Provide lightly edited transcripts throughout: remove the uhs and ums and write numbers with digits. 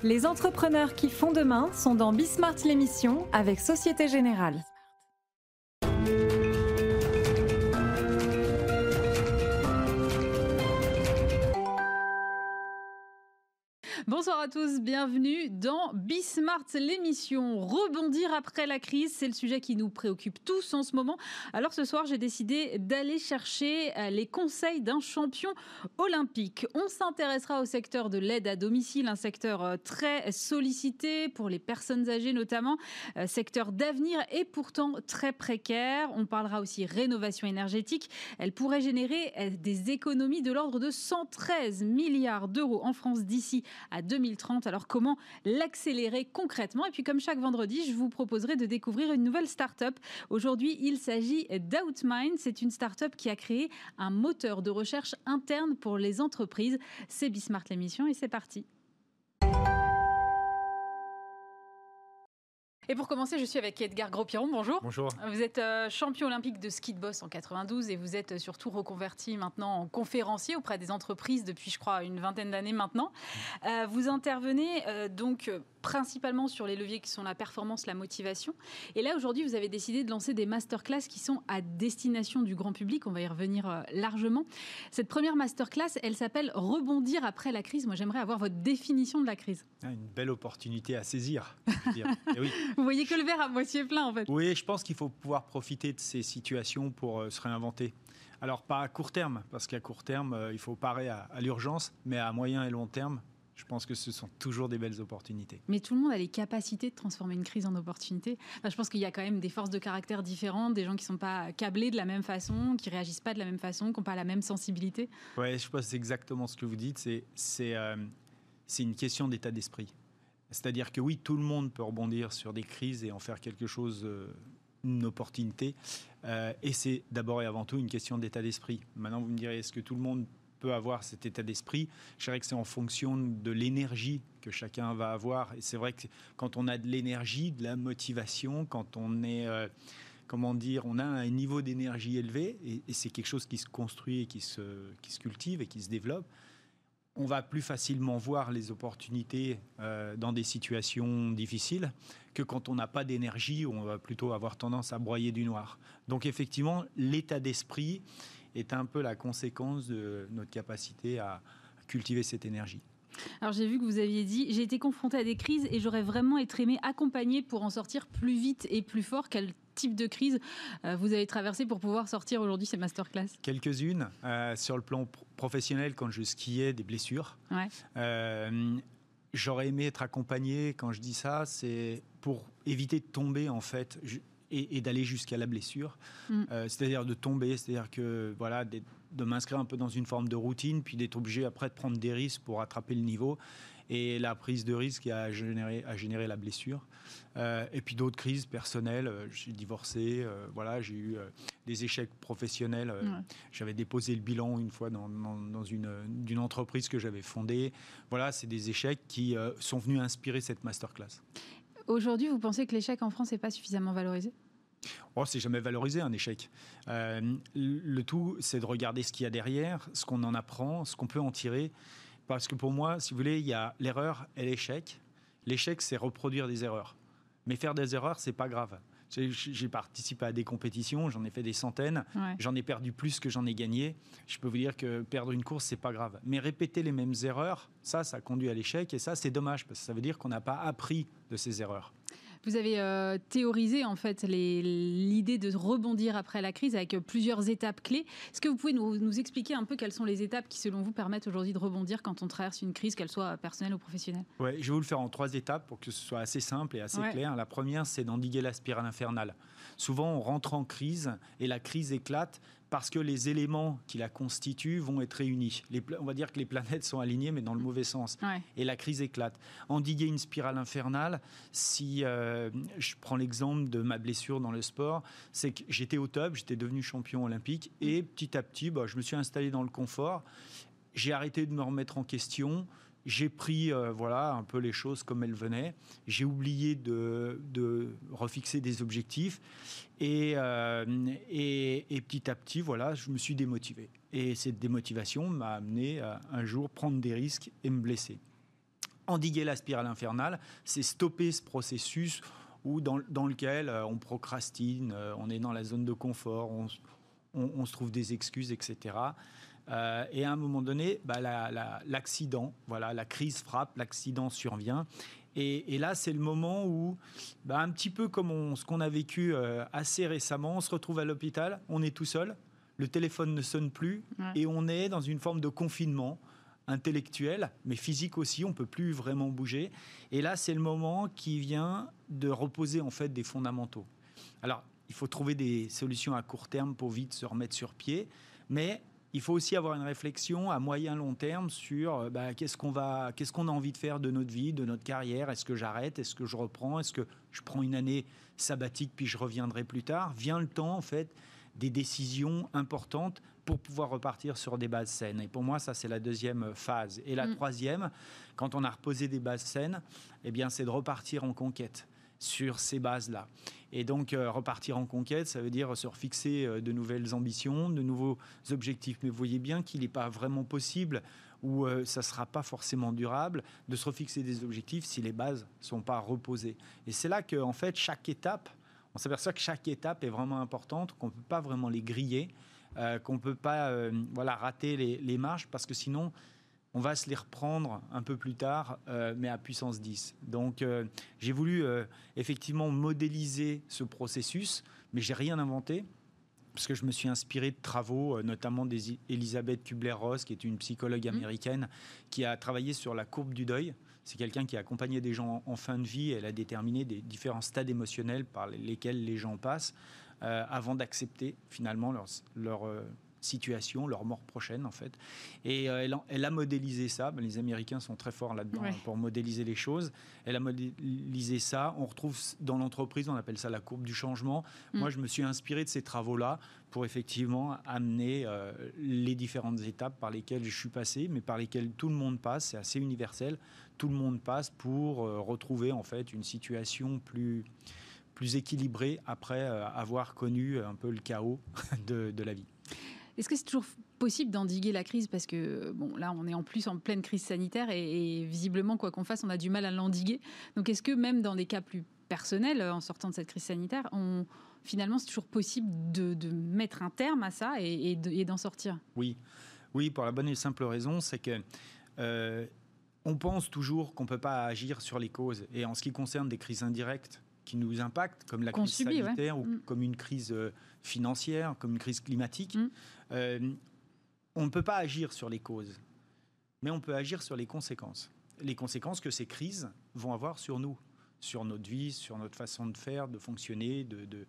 Les entrepreneurs qui font demain sont dans Bismart l'émission avec Société Générale. Bonsoir à tous, bienvenue dans Bismart l'émission. Rebondir après la crise, c'est le sujet qui nous préoccupe tous en ce moment. Alors ce soir, j'ai décidé d'aller chercher les conseils d'un champion olympique. On s'intéressera au secteur de l'aide à domicile, un secteur très sollicité pour les personnes âgées notamment, secteur d'avenir et pourtant très précaire. On parlera aussi rénovation énergétique. Elle pourrait générer des économies de l'ordre de 113 milliards d'euros en France d'ici à 2030. Alors comment l'accélérer concrètement? Et puis comme chaque vendredi, je vous proposerai de découvrir une nouvelle start-up. Aujourd'hui, il s'agit d'Outmind. C'est une start-up qui a créé un moteur de recherche interne pour les entreprises. C'est Bismart l'émission et c'est parti. Et pour commencer, je suis avec Edgar Gros-Piron. Bonjour. Bonjour. Vous êtes champion olympique de ski de boss en 92 et vous êtes surtout reconverti maintenant en conférencier auprès des entreprises depuis, je crois, une vingtaine d'années maintenant. Vous intervenez donc principalement sur les leviers qui sont la performance, la motivation. Et là, aujourd'hui, vous avez décidé de lancer des masterclass qui sont à destination du grand public. On va y revenir largement. Cette première masterclass, elle s'appelle « Rebondir après la crise ». Moi, j'aimerais avoir votre définition de la crise. Une belle opportunité à saisir, je veux dire. Et oui. Vous voyez que le verre à moitié plein, en fait. Oui, je pense qu'il faut pouvoir profiter de ces situations pour se réinventer. Alors, pas à court terme, parce qu'à court terme, il faut parer à l'urgence, mais à moyen et long terme, je pense que ce sont toujours des belles opportunités. Mais tout le monde a les capacités de transformer une crise en opportunité. Enfin, je pense qu'il y a quand même des forces de caractère différentes, des gens qui ne sont pas câblés de la même façon, qui ne réagissent pas de la même façon, qui n'ont pas la même sensibilité. Oui, je pense que c'est exactement ce que vous dites. C'est une question d'état d'esprit. C'est-à-dire que oui, tout le monde peut rebondir sur des crises et en faire quelque chose, une opportunité. Et c'est d'abord et avant tout une question d'état d'esprit. Maintenant, vous me direz, est-ce que tout le monde peut avoir cet état d'esprit? Je dirais que c'est en fonction de l'énergie que chacun va avoir. Et c'est vrai que quand on a de l'énergie, de la motivation, quand on est... on a un niveau d'énergie élevé, et c'est quelque chose qui se construit et qui se cultive et qui se développe, on va plus facilement voir les opportunités dans des situations difficiles que quand on n'a pas d'énergie, où on va plutôt avoir tendance à broyer du noir. Donc effectivement, l'état d'esprit est un peu la conséquence de notre capacité à cultiver cette énergie. Alors j'ai vu que vous aviez dit, j'ai été confronté à des crises et j'aurais vraiment aimé accompagner pour en sortir plus vite et plus fort. Quel type de crise vous avez traversé pour pouvoir sortir aujourd'hui ces masterclass? Quelques-unes. Sur le plan professionnel, quand je skiais, des blessures. Ouais. J'aurais aimé être accompagné, quand je dis ça, c'est pour éviter de tomber en fait et d'aller jusqu'à la blessure. C'est-à-dire de tomber, c'est-à-dire que voilà, de m'inscrire un peu dans une forme de routine, puis d'être obligé après de prendre des risques pour rattraper le niveau. Et la prise de risque a généré la blessure. Et puis d'autres crises personnelles. J'ai divorcé, voilà, j'ai eu des échecs professionnels. J'avais déposé le bilan une fois dans d'une entreprise que j'avais fondée. Voilà, c'est des échecs qui sont venus inspirer cette masterclass. Aujourd'hui, vous pensez que l'échec en France n'est pas suffisamment valorisé ? Oh, c'est jamais valorisé un échec. Le tout, c'est de regarder ce qu'il y a derrière, ce qu'on en apprend, ce qu'on peut en tirer. Parce que pour moi, si vous voulez, il y a l'erreur et l'échec. L'échec, c'est reproduire des erreurs. Mais faire des erreurs, c'est pas grave. J'ai participé à des compétitions, j'en ai fait des centaines, J'en ai perdu plus que j'en ai gagné. Je peux vous dire que perdre une course, c'est pas grave. Mais répéter les mêmes erreurs, ça conduit à l'échec. Et ça, c'est dommage, parce que ça veut dire qu'on n'a pas appris de ces erreurs. Vous avez théorisé en fait l'idée de rebondir après la crise avec plusieurs étapes clés. Est-ce que vous pouvez nous expliquer un peu quelles sont les étapes qui, selon vous, permettent aujourd'hui de rebondir quand on traverse une crise, qu'elle soit personnelle ou professionnelle ? Oui, je vais vous le faire en 3 étapes pour que ce soit assez simple et assez clair. La première, c'est d'endiguer la spirale infernale. Souvent, on rentre en crise et la crise éclate parce que les éléments qui la constituent vont être réunis. On va dire que les planètes sont alignées, mais dans le mauvais sens. Et la crise éclate. Endiguer une spirale infernale, si je prends l'exemple de ma blessure dans le sport, c'est que j'étais au top, j'étais devenu champion olympique, et petit à petit, je me suis installé dans le confort. J'ai arrêté de me remettre en question. J'ai pris un peu les choses comme elles venaient. J'ai oublié de refixer des objectifs. Et petit à petit, je me suis démotivé. Et cette démotivation m'a amené à un jour prendre des risques et me blesser. Endiguer la spirale infernale, c'est stopper ce processus dans lequel on procrastine, on est dans la zone de confort, on se trouve des excuses, etc. Et à un moment donné, l'accident, la crise frappe, l'accident survient. Et là, c'est le moment où, un petit peu comme ce qu'on a vécu assez récemment, on se retrouve à l'hôpital, on est tout seul, le téléphone ne sonne plus, et on est dans une forme de confinement intellectuel, mais physique aussi, on ne peut plus vraiment bouger. Et là, c'est le moment qui vient de reposer en fait des fondamentaux. Alors, il faut trouver des solutions à court terme pour vite se remettre sur pied, mais il faut aussi avoir une réflexion à moyen long terme sur qu'est-ce qu'on a envie de faire de notre vie, de notre carrière. Est-ce que j'arrête? Est-ce que je reprends? Est-ce que je prends une année sabbatique puis je reviendrai plus tard? Vient le temps en fait des décisions importantes pour pouvoir repartir sur des bases saines. Et pour moi, ça, c'est la deuxième phase. Et la troisième, quand on a reposé des bases saines, c'est de repartir en conquête sur ces bases-là. Et donc, repartir en conquête, ça veut dire se refixer de nouvelles ambitions, de nouveaux objectifs. Mais vous voyez bien qu'il n'est pas vraiment possible ou ça ne sera pas forcément durable de se refixer des objectifs si les bases ne sont pas reposées. Et c'est là qu'en fait, on s'aperçoit que chaque étape est vraiment importante, qu'on ne peut pas vraiment les griller, qu'on ne peut pas rater les marches, parce que sinon, on va se les reprendre un peu plus tard, mais à puissance 10. Donc, j'ai voulu effectivement modéliser ce processus, mais je n'ai rien inventé, parce que je me suis inspiré de travaux, notamment d'Elisabeth Kubler-Ross, qui est une psychologue américaine, qui a travaillé sur la courbe du deuil. C'est quelqu'un qui a accompagné des gens en fin de vie. Elle a déterminé des différents stades émotionnels par lesquels les gens passent avant d'accepter finalement leur situation, leur mort prochaine en fait. Et elle a modélisé ça. Les Américains sont très forts là-dedans pour modéliser les choses. Elle a modélisé ça. On retrouve dans l'entreprise, on appelle ça la courbe du changement. Moi, je me suis inspiré de ces travaux-là pour effectivement amener les différentes étapes par lesquelles je suis passé, mais par lesquelles tout le monde passe. C'est assez universel. Tout le monde passe pour retrouver en fait une situation plus équilibrée après avoir connu un peu le chaos de la vie. Est-ce que c'est toujours possible d'endiguer la crise? Parce que là, on est en plus en pleine crise sanitaire et visiblement, quoi qu'on fasse, on a du mal à l'endiguer. Donc, est-ce que même dans des cas plus personnels, en sortant de cette crise sanitaire, finalement, c'est toujours possible de mettre un terme à ça et d'en sortir? Oui, pour la bonne et simple raison, c'est que on pense toujours qu'on ne peut pas agir sur les causes. Et en ce qui concerne des crises indirectes qui nous impactent, comme la crise sanitaire ou comme une crise financière, comme une crise climatique, on ne peut pas agir sur les causes, mais on peut agir sur les conséquences. Les conséquences que ces crises vont avoir sur nous, sur notre vie, sur notre façon de faire, de fonctionner,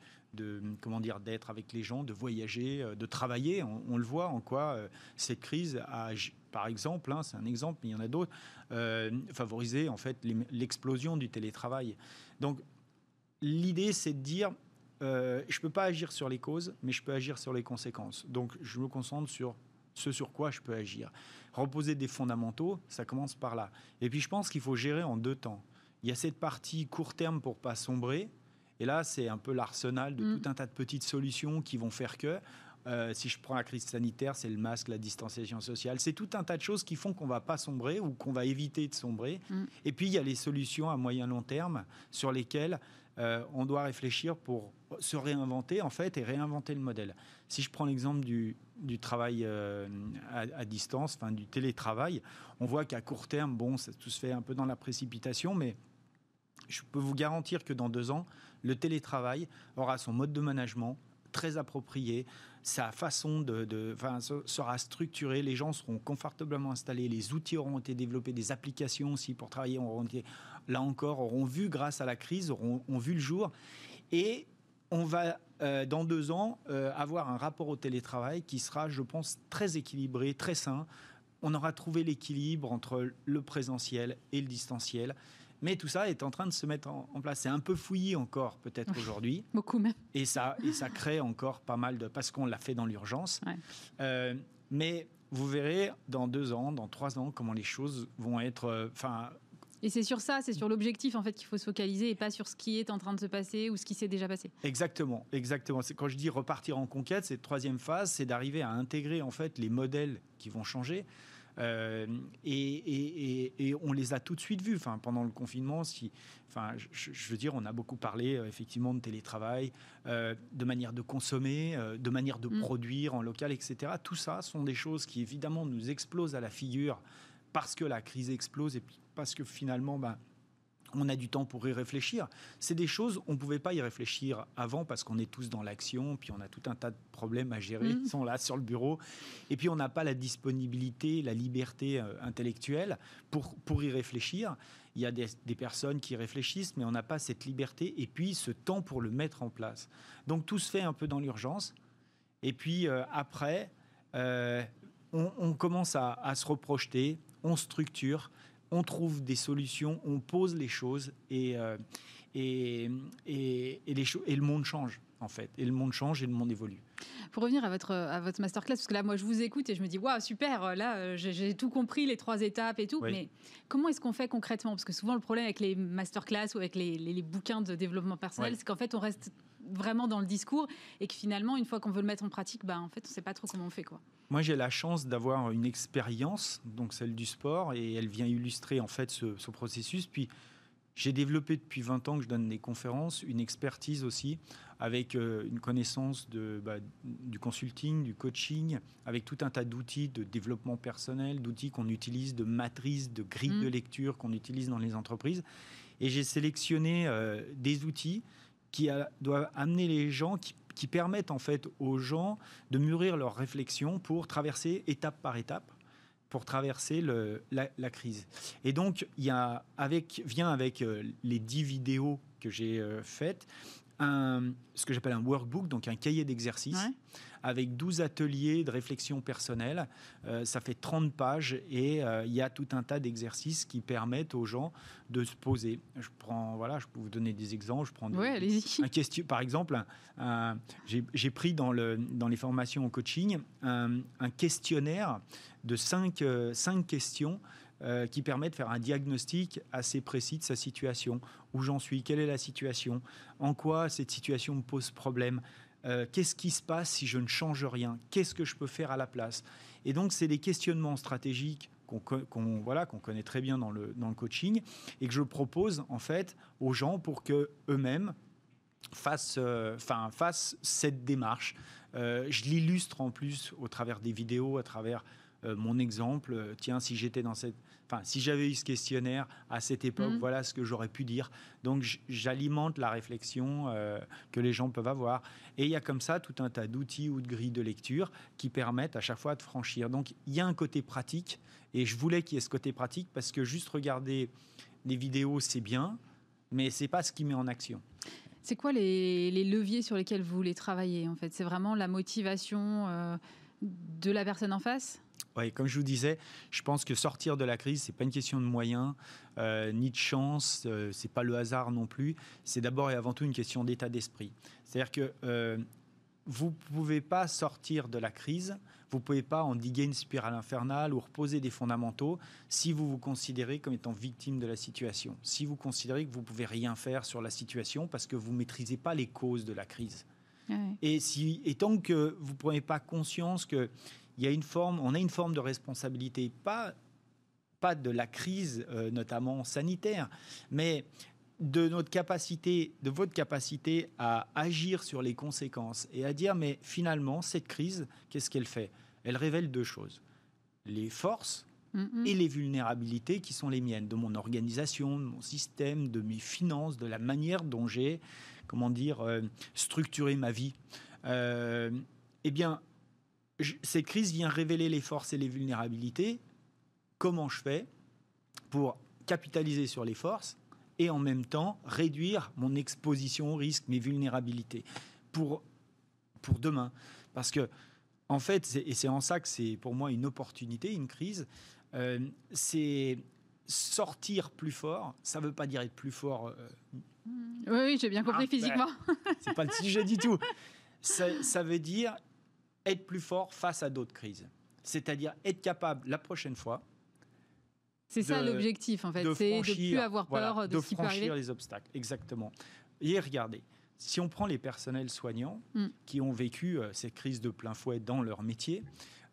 d'être avec les gens, de voyager, de travailler. On le voit en quoi cette crise a, par exemple, c'est un exemple, mais il y en a d'autres, favorisé en fait l'explosion du télétravail. Donc l'idée, c'est de dire je ne peux pas agir sur les causes, mais je peux agir sur les conséquences. Donc, je me concentre sur ce sur quoi je peux agir. Reposer des fondamentaux, ça commence par là. Et puis, je pense qu'il faut gérer en deux temps. Il y a cette partie court terme pour ne pas sombrer. Et là, c'est un peu l'arsenal de tout un tas de petites solutions qui vont faire que, si je prends la crise sanitaire, c'est le masque, la distanciation sociale. C'est tout un tas de choses qui font qu'on ne va pas sombrer ou qu'on va éviter de sombrer. Et puis, il y a les solutions à moyen long terme sur lesquelles on doit réfléchir pour se réinventer en fait et réinventer le modèle. Si je prends l'exemple du travail à distance, du télétravail, on voit qu'à court terme, ça tout se fait un peu dans la précipitation, mais je peux vous garantir que dans 2 ans, le télétravail aura son mode de management très approprié, sa façon sera structurée, les gens seront confortablement installés, les outils auront été développés, des applications aussi pour travailler auront vu grâce à la crise, auront vu le jour. Et on va, dans 2 ans, avoir un rapport au télétravail qui sera, je pense, très équilibré, très sain. On aura trouvé l'équilibre entre le présentiel et le distanciel. Mais tout ça est en train de se mettre en place. C'est un peu fouillis encore, peut-être, aujourd'hui. Beaucoup même. Et ça crée encore pas mal parce qu'on l'a fait dans l'urgence. Mais vous verrez, dans 2 ans, dans 3 ans, comment les choses vont être... Et c'est sur ça, c'est sur l'objectif en fait qu'il faut se focaliser et pas sur ce qui est en train de se passer ou ce qui s'est déjà passé. Exactement. C'est quand je dis repartir en conquête, cette 3e phase, c'est d'arriver à intégrer en fait les modèles qui vont changer. Et on les a tout de suite vus. Enfin, pendant le confinement, je veux dire, on a beaucoup parlé effectivement de télétravail, de manière de consommer, de manière de produire en local, etc. Tout ça sont des choses qui évidemment nous explosent à la figure parce que la crise explose et puis parce que finalement, on a du temps pour y réfléchir. C'est des choses, on ne pouvait pas y réfléchir avant parce qu'on est tous dans l'action, puis on a tout un tas de problèmes à gérer, ils sont là sur le bureau, et puis on n'a pas la disponibilité, la liberté intellectuelle pour y réfléchir. Il y a des personnes qui réfléchissent, mais on n'a pas cette liberté et puis ce temps pour le mettre en place. Donc tout se fait un peu dans l'urgence. Et puis après, on commence à se reprojeter, on structure, on trouve des solutions, on pose les choses et le monde change en fait. Et le monde change et le monde évolue. Pour revenir à votre masterclass, parce que là, moi, je vous écoute et je me dis, waouh, super, là, j'ai tout compris, les 3 étapes et tout. Oui. Mais comment est-ce qu'on fait concrètement ? Parce que souvent, le problème avec les masterclass ou avec les bouquins de développement personnel, c'est qu'en fait, on reste vraiment dans le discours et que finalement, une fois qu'on veut le mettre en pratique, en fait, on ne sait pas trop comment on fait, quoi. Moi, j'ai la chance d'avoir une expérience, donc celle du sport, et elle vient illustrer en fait ce processus. Puis, j'ai développé depuis 20 ans que je donne des conférences, une expertise aussi, avec une connaissance du consulting, du coaching, avec tout un tas d'outils de développement personnel, d'outils qu'on utilise, de matrices, de grilles de lecture qu'on utilise dans les entreprises. Et j'ai sélectionné des outils qui doivent amener les gens, qui permettent en fait aux gens de mûrir leurs réflexions pour traverser étape par étape, pour traverser la crise. Et donc, vient avec les 10 vidéos que j'ai faites, ce que j'appelle un workbook, donc un cahier d'exercices, avec 12 ateliers de réflexion personnelle. Ça fait 30 pages et il y a tout un tas d'exercices qui permettent aux gens de se poser. Je peux vous donner des exemples. Je prends par exemple, j'ai pris dans les formations en coaching un questionnaire de 5 questions qui permet de faire un diagnostic assez précis de sa situation. Où j'en suis, quelle est la situation, en quoi cette situation me pose problème, qu'est-ce qui se passe si je ne change rien, qu'est-ce que je peux faire à la place. Et donc, c'est des questionnements stratégiques qu'on connaît très bien dans le coaching et que je propose en fait aux gens pour qu'eux-mêmes fassent cette démarche. Je l'illustre en plus au travers des vidéos, à travers mon exemple. Tiens, si j'avais eu ce questionnaire à cette époque, voilà ce que j'aurais pu dire. Donc, j'alimente la réflexion que les gens peuvent avoir. Et il y a comme ça tout un tas d'outils ou de grilles de lecture qui permettent à chaque fois de franchir. Donc, il y a un côté pratique. Et je voulais qu'il y ait ce côté pratique parce que juste regarder des vidéos, c'est bien, mais ce n'est pas ce qui met en action. C'est quoi les leviers sur lesquels vous voulez travailler, en fait ? C'est vraiment la motivation de la personne en face ? Oui, comme je vous disais, je pense que sortir de la crise, ce n'est pas une question de moyens, ni de chance, ce n'est pas le hasard non plus. C'est d'abord et avant tout une question d'état d'esprit. C'est-à-dire que vous ne pouvez pas sortir de la crise, vous ne pouvez pas endiguer une spirale infernale ou reposer des fondamentaux si vous vous considérez comme étant victime de la situation. Si vous considérez que vous ne pouvez rien faire sur la situation parce que vous ne maîtrisez pas les causes de la crise. Ouais. Et tant que vous ne prenez pas conscience que on a une forme de responsabilité, pas de la crise, notamment sanitaire, mais de votre capacité à agir sur les conséquences et à dire, mais finalement, cette crise, qu'est-ce qu'elle fait ? Elle révèle 2 choses. Les forces et les vulnérabilités qui sont les miennes, de mon organisation, de mon système, de mes finances, de la manière dont j'ai, structuré ma vie. Eh bien, cette crise vient révéler les forces et les vulnérabilités. Comment je fais pour capitaliser sur les forces et en même temps réduire mon exposition au risque, mes vulnérabilités pour demain. Parce que, en fait, c'est en ça que c'est pour moi une opportunité, une crise, c'est sortir plus fort. Ça ne veut pas dire être plus fort. Oui, j'ai bien compris physiquement. C'est pas le sujet du tout. Ça veut dire être plus fort face à d'autres crises. C'est-à-dire être capable, la prochaine fois... C'est ça l'objectif, en fait. C'est de ne plus avoir peur de ce qui peut arriver. De franchir les obstacles, exactement. Et regardez, si on prend les personnels soignants qui ont vécu cette crise de plein fouet dans leur métier,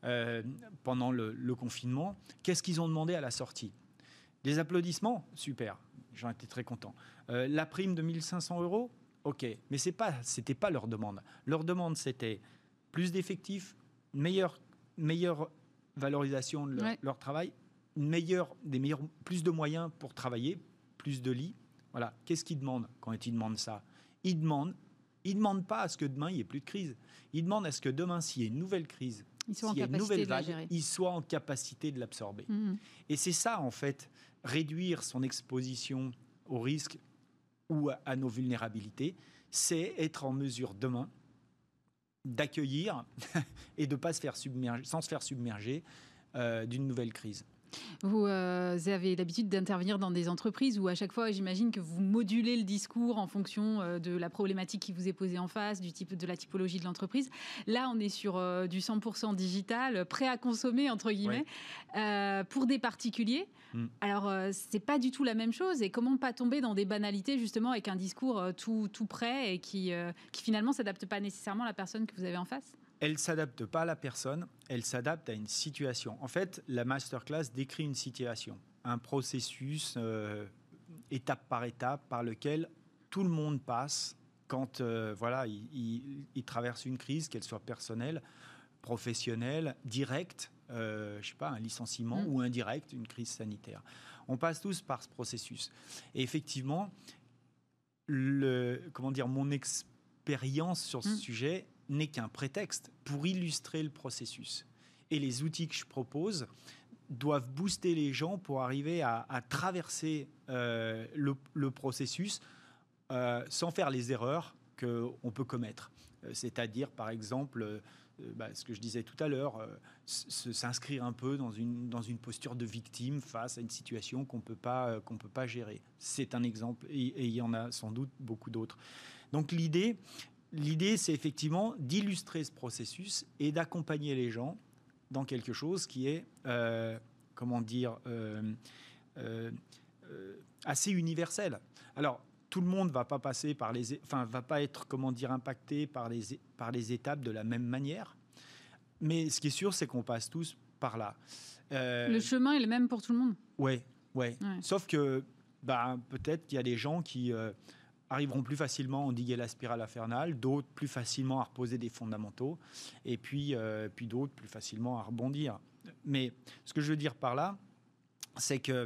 pendant le confinement. Qu'est-ce qu'ils ont demandé à la sortie ? Des applaudissements ? Super, j'en étais très content. La prime de 1 500 €? Ok, mais c'était pas leur demande. Leur demande, c'était plus d'effectifs, meilleure valorisation de leur travail, plus de moyens pour travailler, plus de lits. Voilà. Qu'est-ce qu'ils demandent quand ils demandent ça ? Ils demandent pas à ce que demain, il n'y ait plus de crise. Ils demandent à ce que demain, s'il y a une nouvelle crise, s'il y a une nouvelle vague, ils soient en capacité de l'absorber. Et c'est ça, en fait, réduire son exposition au risque ou à nos vulnérabilités, c'est être en mesure demain d'accueillir et de ne pas se faire submerger d'une nouvelle crise. Vous avez l'habitude d'intervenir dans des entreprises où à chaque fois, j'imagine que vous modulez le discours en fonction de la problématique qui vous est posée en face, de la typologie de l'entreprise. Là, on est sur du 100% digital, prêt à consommer, entre guillemets, pour des particuliers. Alors, c'est pas du tout la même chose. Et comment pas tomber dans des banalités, justement, avec un discours tout prêt et qui finalement s'adapte pas nécessairement à la personne que vous avez en face ? Elle ne s'adapte pas à la personne, elle s'adapte à une situation. En fait, la masterclass décrit une situation, un processus, étape par étape, par lequel tout le monde passe quand il traverse une crise, qu'elle soit personnelle, professionnelle, directe, je sais pas, un licenciement ou indirect, une crise sanitaire. On passe tous par ce processus. Et effectivement, mon expérience sur ce sujet n'est qu'un prétexte pour illustrer le processus. Et les outils que je propose doivent booster les gens pour arriver à traverser le processus sans faire les erreurs qu'on peut commettre. C'est-à-dire, par exemple, ce que je disais tout à l'heure, s'inscrire un peu dans une posture de victime face à une situation qu'on peut pas gérer. C'est un exemple, et il y en a sans doute beaucoup d'autres. Donc l'idée, c'est effectivement d'illustrer ce processus et d'accompagner les gens dans quelque chose qui est, assez universel. Alors, tout le monde va pas être, impacté par les étapes de la même manière. Mais ce qui est sûr, c'est qu'on passe tous par là. Le chemin est le même pour tout le monde. Ouais. Sauf que, peut-être qu'il y a des gens qui arriveront plus facilement à endiguer la spirale infernale, d'autres plus facilement à reposer des fondamentaux, et puis d'autres plus facilement à rebondir. Mais ce que je veux dire par là, c'est que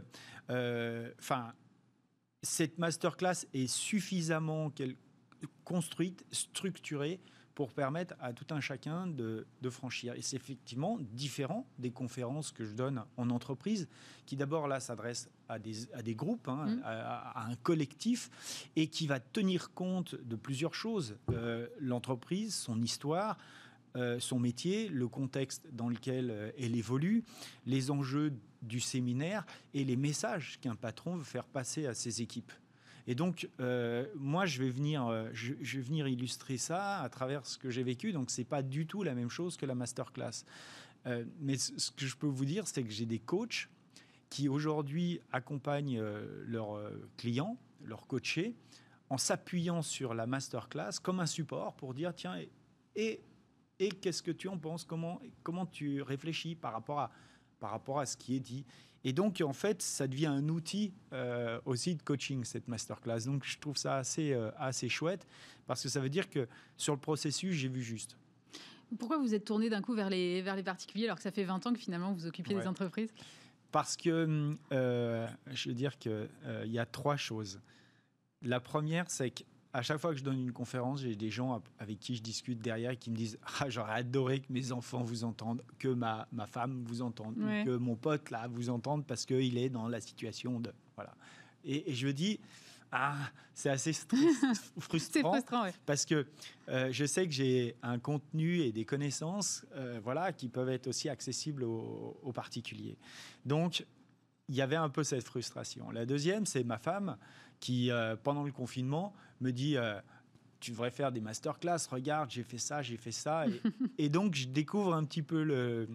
cette masterclass est suffisamment construite, structurée, pour permettre à tout un chacun de franchir. Et c'est effectivement différent des conférences que je donne en entreprise, qui d'abord là s'adressent à des groupes, à un collectif, et qui va tenir compte de plusieurs choses. L'entreprise, son histoire, son métier, le contexte dans lequel elle évolue, les enjeux du séminaire et les messages qu'un patron veut faire passer à ses équipes. Et donc, moi, je vais venir illustrer ça à travers ce que j'ai vécu. Donc, c'est pas du tout la même chose que la masterclass. Mais ce que je peux vous dire, c'est que j'ai des coachs qui aujourd'hui accompagnent leurs clients, leurs coachés, en s'appuyant sur la masterclass comme un support pour dire tiens, et qu'est-ce que tu en penses ? Comment tu réfléchis par rapport à ce qui est dit ? Et donc, en fait, ça devient un outil aussi de coaching, cette masterclass. Donc, je trouve ça assez chouette, parce que ça veut dire que sur le processus, j'ai vu juste. Pourquoi vous êtes tourné d'un coup vers les particuliers, alors que ça fait 20 ans que finalement vous occupiez des entreprises ? Parce que, je veux dire qu'il y a 3 choses. La première, c'est qu'à chaque fois que je donne une conférence, j'ai des gens avec qui je discute derrière et qui me disent « Ah, j'aurais adoré que mes enfants vous entendent, que ma femme vous entende, ou que mon pote là vous entende parce qu'il est dans la situation de... » Voilà. Et je me dis « Ah, c'est assez frustrant. » C'est frustrant, ouais. Parce que je sais que j'ai un contenu et des connaissances qui peuvent être aussi accessibles aux particuliers. Donc, il y avait un peu cette frustration. La deuxième, c'est ma femme qui, pendant le confinement, me dit tu devrais faire des masterclass, regarde, j'ai fait ça. Et donc, je découvre un petit peu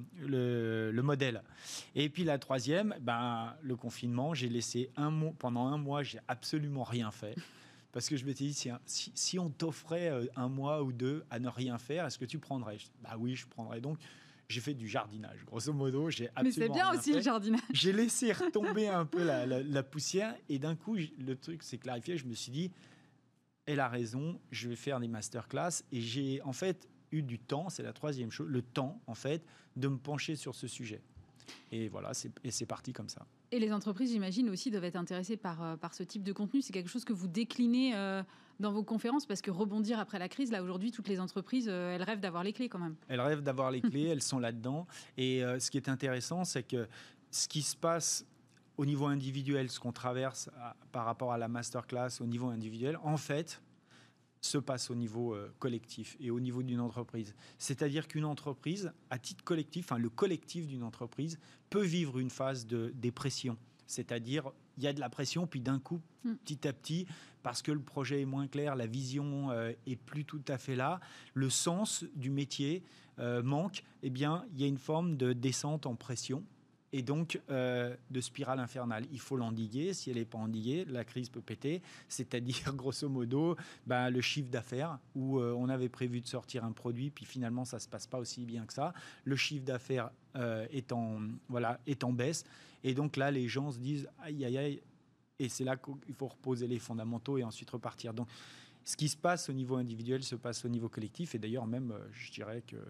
le modèle. Et puis, la troisième, le confinement, j'ai laissé pendant un mois, j'ai absolument rien fait. Parce que je m'étais dit, si on t'offrait un mois ou 2 à ne rien faire, est-ce que tu prendrais ? Oui, je prendrais. Donc, j'ai fait du jardinage. Grosso modo, j'ai absolument Mais c'est bien rien aussi fait. le jardinage. J'ai laissé retomber un peu la poussière et d'un coup, le truc s'est clarifié. Je me suis dit, elle a raison, je vais faire des masterclass et j'ai en fait eu du temps, c'est la troisième chose, le temps en fait de me pencher sur ce sujet. Et voilà, c'est parti comme ça. Et les entreprises, j'imagine, aussi doivent être intéressées par ce type de contenu. C'est quelque chose que vous déclinez dans vos conférences parce que rebondir après la crise, là aujourd'hui, toutes les entreprises, elles rêvent d'avoir les clés quand même. Elles rêvent d'avoir les clés, elles sont là-dedans. Et ce qui est intéressant, c'est que ce qui se passe au niveau individuel, ce qu'on traverse par rapport à la masterclass au niveau individuel, en fait, se passe au niveau collectif et au niveau d'une entreprise. C'est-à-dire qu'une entreprise, à titre collectif, le collectif d'une entreprise peut vivre une phase de dépression. C'est-à-dire, il y a de la pression, puis d'un coup, petit à petit, parce que le projet est moins clair, la vision est plus tout à fait là, le sens du métier manque, eh bien, il y a une forme de descente en pression. Et donc, de spirale infernale. Il faut l'endiguer. Si elle n'est pas endiguée, la crise peut péter. C'est-à-dire, grosso modo, le chiffre d'affaires, où on avait prévu de sortir un produit, puis finalement, ça ne se passe pas aussi bien que ça. Le chiffre d'affaires est en baisse. Et donc là, les gens se disent « aïe, aïe, aïe ». Et c'est là qu'il faut reposer les fondamentaux et ensuite repartir. Donc, ce qui se passe au niveau individuel se passe au niveau collectif. Et d'ailleurs, même, je dirais que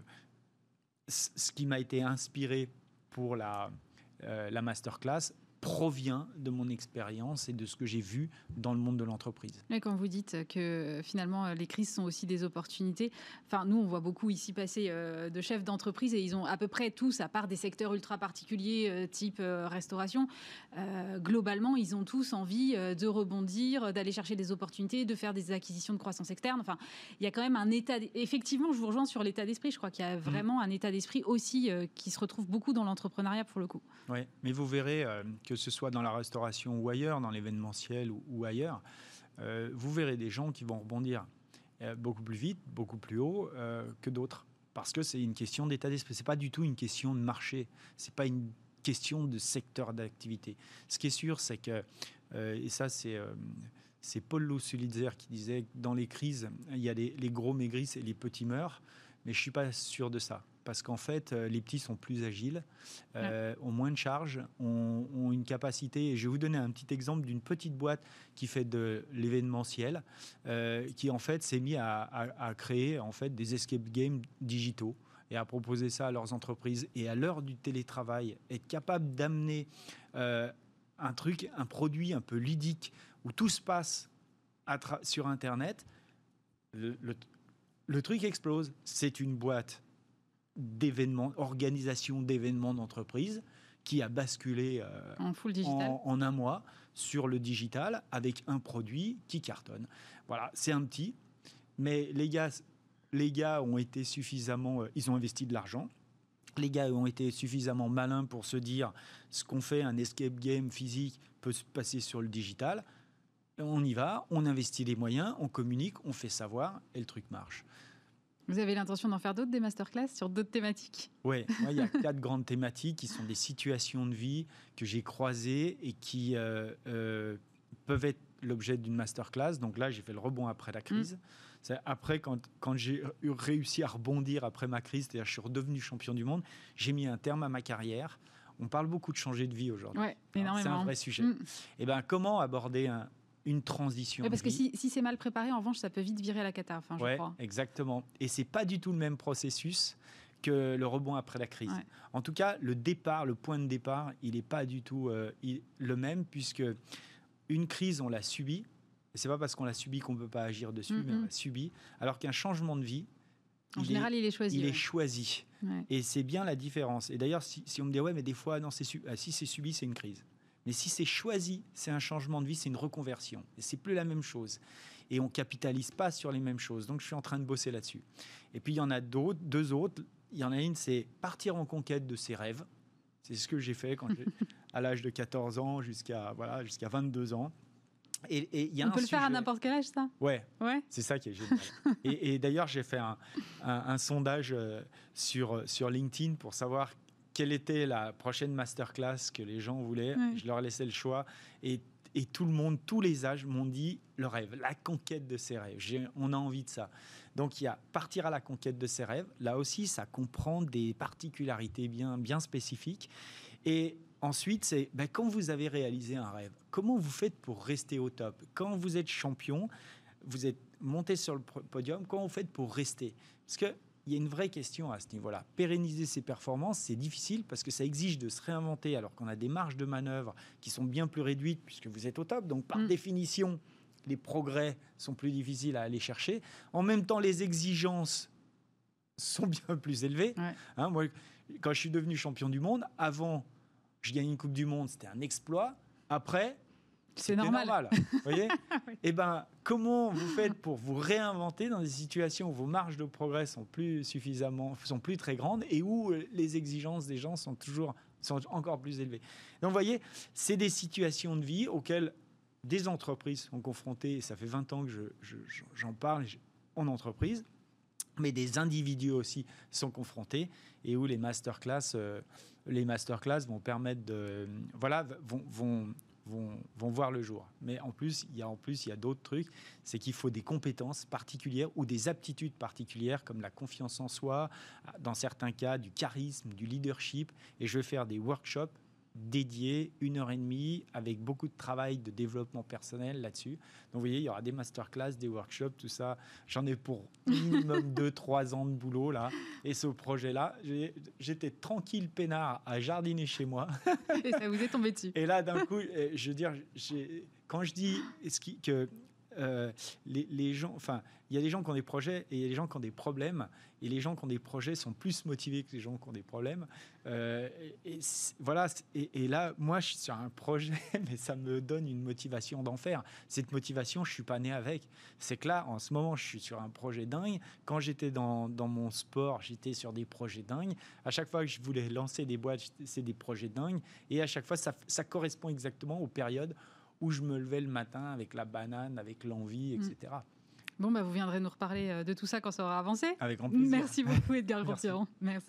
ce qui m'a été inspiré pour la masterclass provient de mon expérience et de ce que j'ai vu dans le monde de l'entreprise. Et quand vous dites que finalement les crises sont aussi des opportunités, enfin nous on voit beaucoup ici passer de chefs d'entreprise et ils ont à peu près tous, à part des secteurs ultra particuliers type restauration, globalement ils ont tous envie de rebondir, d'aller chercher des opportunités, de faire des acquisitions de croissance externe. Enfin, il y a quand même un état. Effectivement, je vous rejoins sur l'état d'esprit. Je crois qu'il y a vraiment un état d'esprit aussi qui se retrouve beaucoup dans l'entrepreneuriat pour le coup. Oui, mais vous verrez que ce soit dans la restauration ou ailleurs, dans l'événementiel ou ailleurs, vous verrez des gens qui vont rebondir beaucoup plus vite, beaucoup plus haut que d'autres. Parce que c'est une question d'état d'esprit. Ce n'est pas du tout une question de marché. Ce n'est pas une question de secteur d'activité. Ce qui est sûr, c'est que, et ça c'est Paul Sulitzer qui disait que dans les crises, il y a les gros maigrissent et les petits meurent. Mais je ne suis pas sûr de ça. Parce qu'en fait, les petits sont plus agiles, ont moins de charges, ont une capacité. Et je vais vous donner un petit exemple d'une petite boîte qui fait de l'événementiel, qui en fait s'est mis à créer en fait des escape games digitaux et à proposer ça à leurs entreprises. Et à l'heure du télétravail, être capable d'amener un produit un peu ludique où tout se passe sur Internet, le truc explose. C'est une boîte d'événements, organisation d'événements d'entreprise qui a basculé en full digital en un mois sur le digital avec un produit qui cartonne. Voilà, c'est un petit, mais les gars ont été suffisamment, ils ont investi de l'argent. Les gars ont été suffisamment malins pour se dire ce qu'on fait, un escape game physique peut se passer sur le digital. On y va, on investit les moyens, on communique, on fait savoir et le truc marche. Vous avez l'intention d'en faire d'autres, des masterclass sur d'autres thématiques ? Oui, il y a 4 grandes thématiques qui sont des situations de vie que j'ai croisées et qui peuvent être l'objet d'une masterclass. Donc là, j'ai fait le rebond après la crise. C'est après, quand j'ai réussi à rebondir après ma crise, c'est-à-dire je suis redevenu champion du monde, j'ai mis un terme à ma carrière. On parle beaucoup de changer de vie aujourd'hui. Ouais, énormément. C'est un vrai sujet. Et ben, comment aborder une transition. Parce que si c'est mal préparé, en revanche, ça peut vite virer à la cata, je crois. Exactement. Et c'est pas du tout le même processus que le rebond après la crise. Ouais. En tout cas, le point de départ, il n'est pas du tout le même, puisque une crise, on l'a subie. Et c'est pas parce qu'on l'a subie qu'on peut pas agir dessus, mais on l'a subie. Alors qu'un changement de vie, en général, il est choisi. Il est choisi. Ouais. Et c'est bien la différence. Et d'ailleurs, si on me dit ouais, mais des fois, non, si c'est subi, c'est une crise. Mais si c'est choisi, c'est un changement de vie, c'est une reconversion. Et c'est plus la même chose. Et on ne capitalise pas sur les mêmes choses. Donc, je suis en train de bosser là-dessus. Et puis, il y en a deux autres. Il y en a une, c'est partir en conquête de ses rêves. C'est ce que j'ai fait à l'âge de 14 ans jusqu'à 22 ans. Et y a on peut le faire à n'importe quel âge, ça ? Ouais. C'est ça qui est génial. et d'ailleurs, j'ai fait un sondage sur LinkedIn pour savoir quelle était la prochaine masterclass que les gens voulaient. Je leur laissais le choix. Et Et tout le monde, tous les âges m'ont dit le rêve, la conquête de ses rêves. On a envie de ça. Donc, il y a partir à la conquête de ses rêves. Là aussi, ça comprend des particularités bien spécifiques. Et ensuite, c'est quand vous avez réalisé un rêve, comment vous faites pour rester au top? Quand vous êtes champion, vous êtes monté sur le podium, comment vous faites pour rester? Parce qu'il y a une vraie question à ce niveau-là. Pérenniser ses performances, c'est difficile parce que ça exige de se réinventer alors qu'on a des marges de manœuvre qui sont bien plus réduites puisque vous êtes au top. Donc, par définition, les progrès sont plus difficiles à aller chercher. En même temps, les exigences sont bien plus élevées. Ouais. Moi, quand je suis devenu champion du monde, avant, je gagnais une Coupe du Monde, c'était un exploit. Après, c'est normal. Vous voyez? Oui. Et comment vous faites pour vous réinventer dans des situations où vos marges de progrès sont plus très grandes et où les exigences des gens sont encore plus élevées. Donc, vous voyez, c'est des situations de vie auxquelles des entreprises sont confrontées. Et ça fait 20 ans que j'en parle en entreprise, mais des individus aussi sont confrontés et où les masterclass vont permettre vont voir le jour. Mais en plus, il y a d'autres trucs. C'est qu'il faut des compétences particulières ou des aptitudes particulières comme la confiance en soi, dans certains cas, du charisme, du leadership. Et je vais faire des workshops dédiés, 1h30, avec beaucoup de travail de développement personnel là-dessus. Donc, vous voyez, il y aura des masterclass, des workshops, tout ça. J'en ai pour minimum 2-3 ans de boulot, là. Et ce projet-là, j'étais tranquille, peinard, à jardiner chez moi. Et ça vous est tombé dessus. Et là, d'un coup, je veux dire, quand je dis que les gens, enfin, il y a des gens qui ont des projets et il y a des gens qui ont des problèmes. Et les gens qui ont des projets sont plus motivés que les gens qui ont des problèmes. Voilà. Et là, moi, je suis sur un projet, mais ça me donne une motivation d'enfer. Cette motivation, je suis pas né avec. C'est que là, en ce moment, je suis sur un projet dingue. Quand j'étais dans mon sport, j'étais sur des projets dingues. À chaque fois que je voulais lancer des boîtes, c'est des projets dingues. Et à chaque fois, ça correspond exactement aux périodes où je me levais le matin avec la banane, avec l'envie, etc. Bon, vous viendrez nous reparler de tout ça quand ça aura avancé. Avec grand plaisir. Merci beaucoup, Edgar Bourtiron. Merci.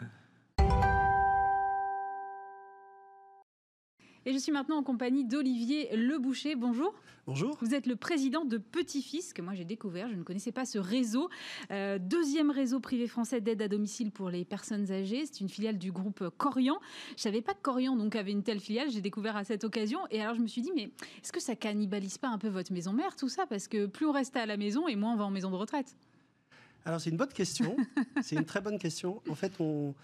Et je suis maintenant en compagnie d'Olivier Leboucher. Bonjour. Bonjour. Vous êtes le président de Petit Fils, que moi j'ai découvert. Je ne connaissais pas ce réseau. Deuxième réseau privé français d'aide à domicile pour les personnes âgées. C'est une filiale du groupe Korian. Je ne savais pas que Korian avait une telle filiale. J'ai découvert à cette occasion. Et alors je me suis dit, mais est-ce que ça cannibalise pas un peu votre maison mère, tout ça? Parce que plus on reste à la maison et moins on va en maison de retraite. Alors c'est une bonne question. C'est une très bonne question. En fait, on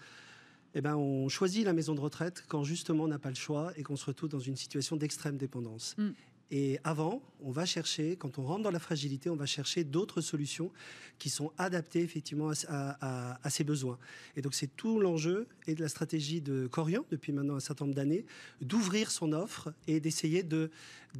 choisit la maison de retraite quand justement on n'a pas le choix et qu'on se retrouve dans une situation d'extrême dépendance. Et avant, on va chercher, quand on rentre dans la fragilité, on va chercher d'autres solutions qui sont adaptées effectivement à ses besoins. Et donc c'est tout l'enjeu et de la stratégie de Korian, depuis maintenant un certain nombre d'années, d'ouvrir son offre et d'essayer de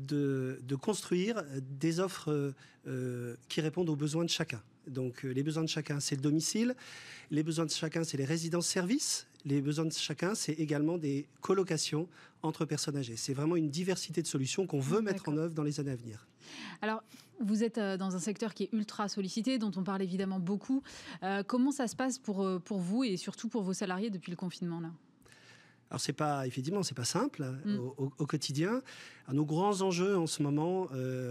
construire des offres qui répondent aux besoins de chacun. Donc les besoins de chacun, c'est le domicile. Les besoins de chacun, c'est les résidences-services. Les besoins de chacun, c'est également des colocations entre personnes âgées. C'est vraiment une diversité de solutions qu'on veut mettre en œuvre dans les années à venir. Alors, vous êtes dans un secteur qui est ultra sollicité, dont on parle évidemment beaucoup. Comment ça se passe pour vous et surtout pour vos salariés depuis le confinement là ? Alors, c'est pas simple au quotidien. Alors, nos grands enjeux en ce moment...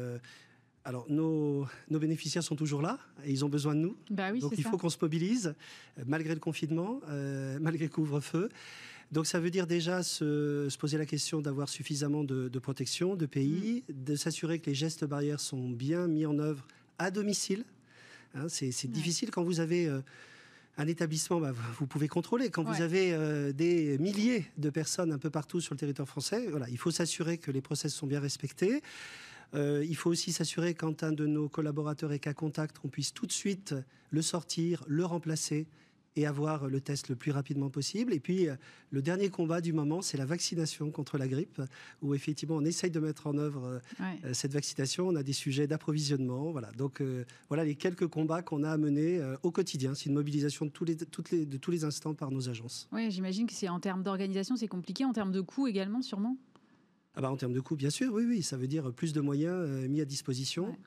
Alors, nos bénéficiaires sont toujours là et ils ont besoin de nous. Oui, donc, il faut qu'on se mobilise malgré le confinement, malgré le couvre-feu. Donc, ça veut dire déjà se poser la question d'avoir suffisamment de protection, de PI, de s'assurer que les gestes barrières sont bien mis en œuvre à domicile. C'est difficile quand vous avez... un établissement, vous pouvez contrôler. Quand vous avez des milliers de personnes un peu partout sur le territoire français, il faut s'assurer que les process sont bien respectés. Il faut aussi s'assurer quand un de nos collaborateurs est cas contact, qu'on puisse tout de suite le sortir, le remplacer et avoir le test le plus rapidement possible. Et puis, le dernier combat du moment, c'est la vaccination contre la grippe, où effectivement, on essaye de mettre en œuvre cette vaccination. On a des sujets d'approvisionnement. Voilà. Donc, voilà les quelques combats qu'on a à mener au quotidien. C'est une mobilisation de tous les instants par nos agences. Oui, j'imagine que en termes d'organisation, c'est compliqué. En termes de coûts également, sûrement. En termes de coûts, bien sûr, oui. Ça veut dire plus de moyens mis à disposition.